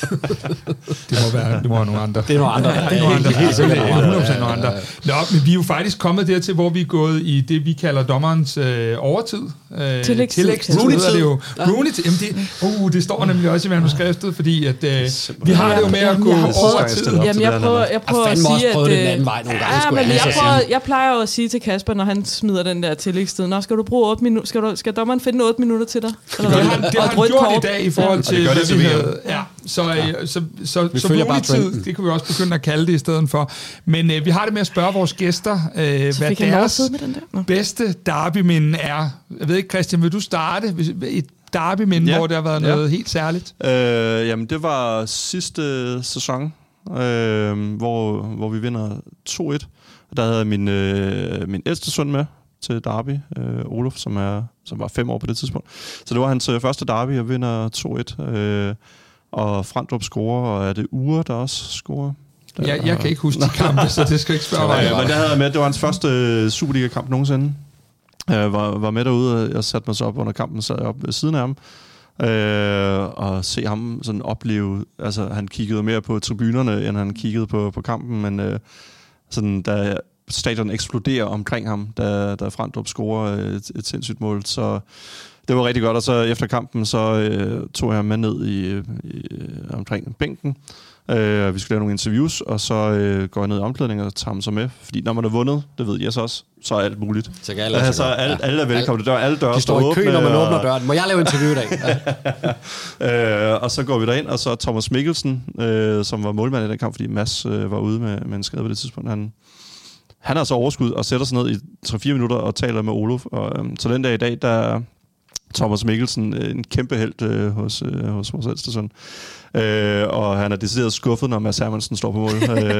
det må være nogle andre. Det er nogle andre. Det er nogle andre. Helt sikkert nogle andre. Nå, men vi er jo faktisk kommet dertil, hvor vi er gået i det, vi kalder dommerens overtid. Tillægstid. Rooney-tid. Rooney-tid. Det står nemlig også i manuskriptet, fordi at, vi har det jo med at gå over tid. Jamen, jeg prøver at sige, at den anden vej nogle gange, jeg plejer jo at sige til Kasper, når han smider den der tillægstid, nå, skal du bruge 8 minutter? Skal dommeren finde 8 minutter til dig? Det har han gjort i dag i forhold til, hvad vi havde. Ja, så Rooney-tid, det kan vi også begynde at kalde det i stedet for. Men vi har det med at spørge vores gæster, hvad deres bedste derby-minde er. Jeg ved ikke, Christian, vil du starte? Et derby-minde, hvor der har været noget helt særligt? Jamen, det var sidste sæson, hvor vi vinder 2-1. Der havde jeg min ældste søn med til derby, Olof, som var 5 år på det tidspunkt. Så det var hans første derby, og vinder 2-1. Og Frandrup scorer, og er det Ure, der også scorer? Jeg kan ikke huske de kampe, så det skal ikke spørge mig. Men der havde jeg med, det var hans første Superliga-kamp nogensinde. Jeg var med derude, og jeg satte mig så op under kampen, sad jeg op ved siden af ham. Og se ham sådan opleve, altså han kiggede mere på tribunerne, end han kiggede på kampen, men sådan, da stadion eksploderer omkring ham, da Frandrup scorer et sindssygt mål. Så det var rigtig godt, og så efter kampen, så tog jeg ham med ned omkring bænken. Vi skulle lave nogle interviews, og så går jeg ned i omklædningen og tager ham så med. Fordi når man har vundet, det ved jeg så også, så er alt muligt. Så alle er velkomne. Alle døre de står i kø, når man åbner døren. Må jeg lave interview i dag? Og så går vi derind, og så Thomas Mikkelsen, som var målmand i den kamp, fordi Mads var ude med en skade på det tidspunkt. Han har så overskud og sætter sig ned i 3-4 minutter og taler med Olof. Og, så den dag i dag, der Thomas Mikkelsen en kæmpe helt hos vores ældste søn. Og han er decideret skuffet, når Mads Hermansen står på mål.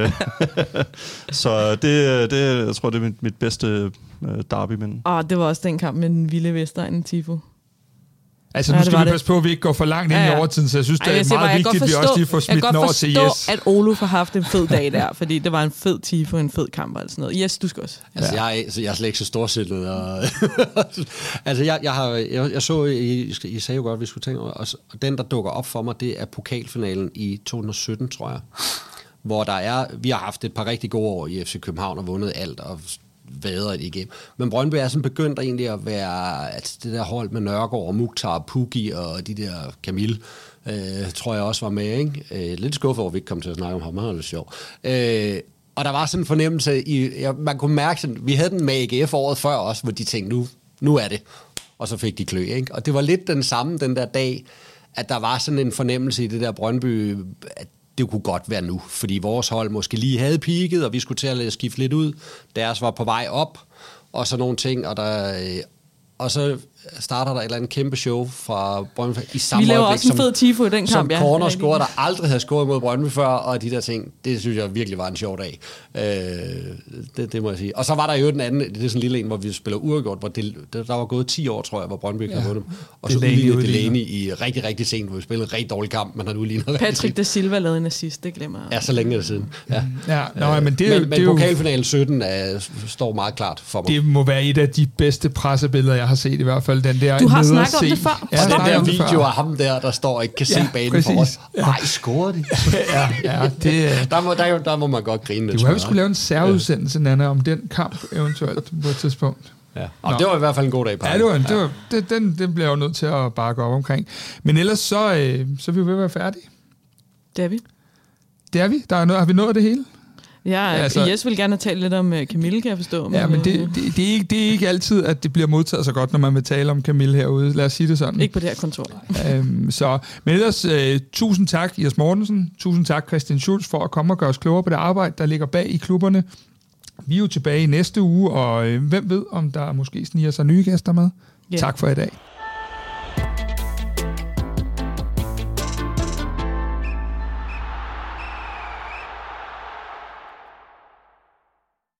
Så det, jeg tror, det er mit bedste derby-minde. Det var også den kamp med den vilde Vestegnen, Tifo. Altså, nu skal vi passe på, at vi ikke går for langt ind i overtiden, så jeg synes, det er meget vigtigt, at vi også lige får smidt den over til Jes. Jeg kan godt forstå, at Olof har haft en fed dag der, fordi det var en fed Tifo, en fed kamp og sådan noget. Jes, du skal også. Altså, jeg er slet ikke så storsindet. Altså, jeg så, I sagde jo godt, at vi skulle tænke over, og den, der dukker op for mig, det er pokalfinalen i 2017, tror jeg. Hvor vi har haft et par rigtig gode år i FC København og vundet alt, og vædret igennem. Men Brøndby er sådan begyndt egentlig at være det der hold med Nørgaard og Mukhtar, Pukki og de der Camille, tror jeg også var med, ikke? Lidt skuffet over, at vi ikke kom til at snakke om ham, han var lidt sjov. Og der var sådan en fornemmelse, man kunne mærke sådan, vi havde den med AGF året før også, hvor de tænkte, nu er det. Og så fik de klø, ikke? Og det var lidt den samme den der dag, at der var sådan en fornemmelse i det der Brøndby, at det kunne godt være nu, fordi vores hold måske lige havde peaket, og vi skulle til at skifte lidt ud. Deres var på vej op, og så nogle ting, og så starter der et eller andet kæmpe show fra Brøndby i samme øjeblik. Vi laver også en fed tifo i den kamp, som cornerscorer, der aldrig havde scoret mod Brøndby før, og de der ting, det synes jeg virkelig var en sjov dag. Det må jeg sige. Og så var der jo den anden, det er sådan en lille en, hvor vi spiller uafgjort, hvor der var gået 10 år, tror jeg, hvor Brøndby ikke havde vundet. Og så udlignede Delaney i rigtig, rigtig sent, hvor vi spillede en rigtig dårlig kamp, men han udlignede Patrick da Silva lavede en assist, det glemmer jeg. Ja, så længe er det siden. Men pokalfinalen 17 står meget klart for mig. Det må være et af de bedste pressebilleder, jeg har set i hvert fald. Den der du har snakket om det før. Ja, den der video af ham der står og ikke kan se banen for os. Nej, scorede de. Der må man godt grine lidt. Du har jo skulle lave en særudsendelse, Nanna, om den kamp eventuelt på et tidspunkt. Ja. Og det var i hvert fald en god dag. Den bliver jo nødt til at bakke op omkring. Men ellers så er vi jo ved at være færdige. Det er vi. Har vi nået det hele? Ja, altså, Jes vil gerne tale lidt om Camille, kan jeg forstå. Ja, men det er ikke altid, at det bliver modtaget så godt, når man vil tale om Camille herude. Lad os sige det sådan. Ikke på det her kontor. Men ellers, tusind tak, Jes Mortensen. Tusind tak, Christian Schulz, for at komme og gøre os klogere på det arbejde, der ligger bag i klubberne. Vi er jo tilbage i næste uge, og hvem ved, om der måske sniger sig nye gæster med. Yeah. Tak for i dag.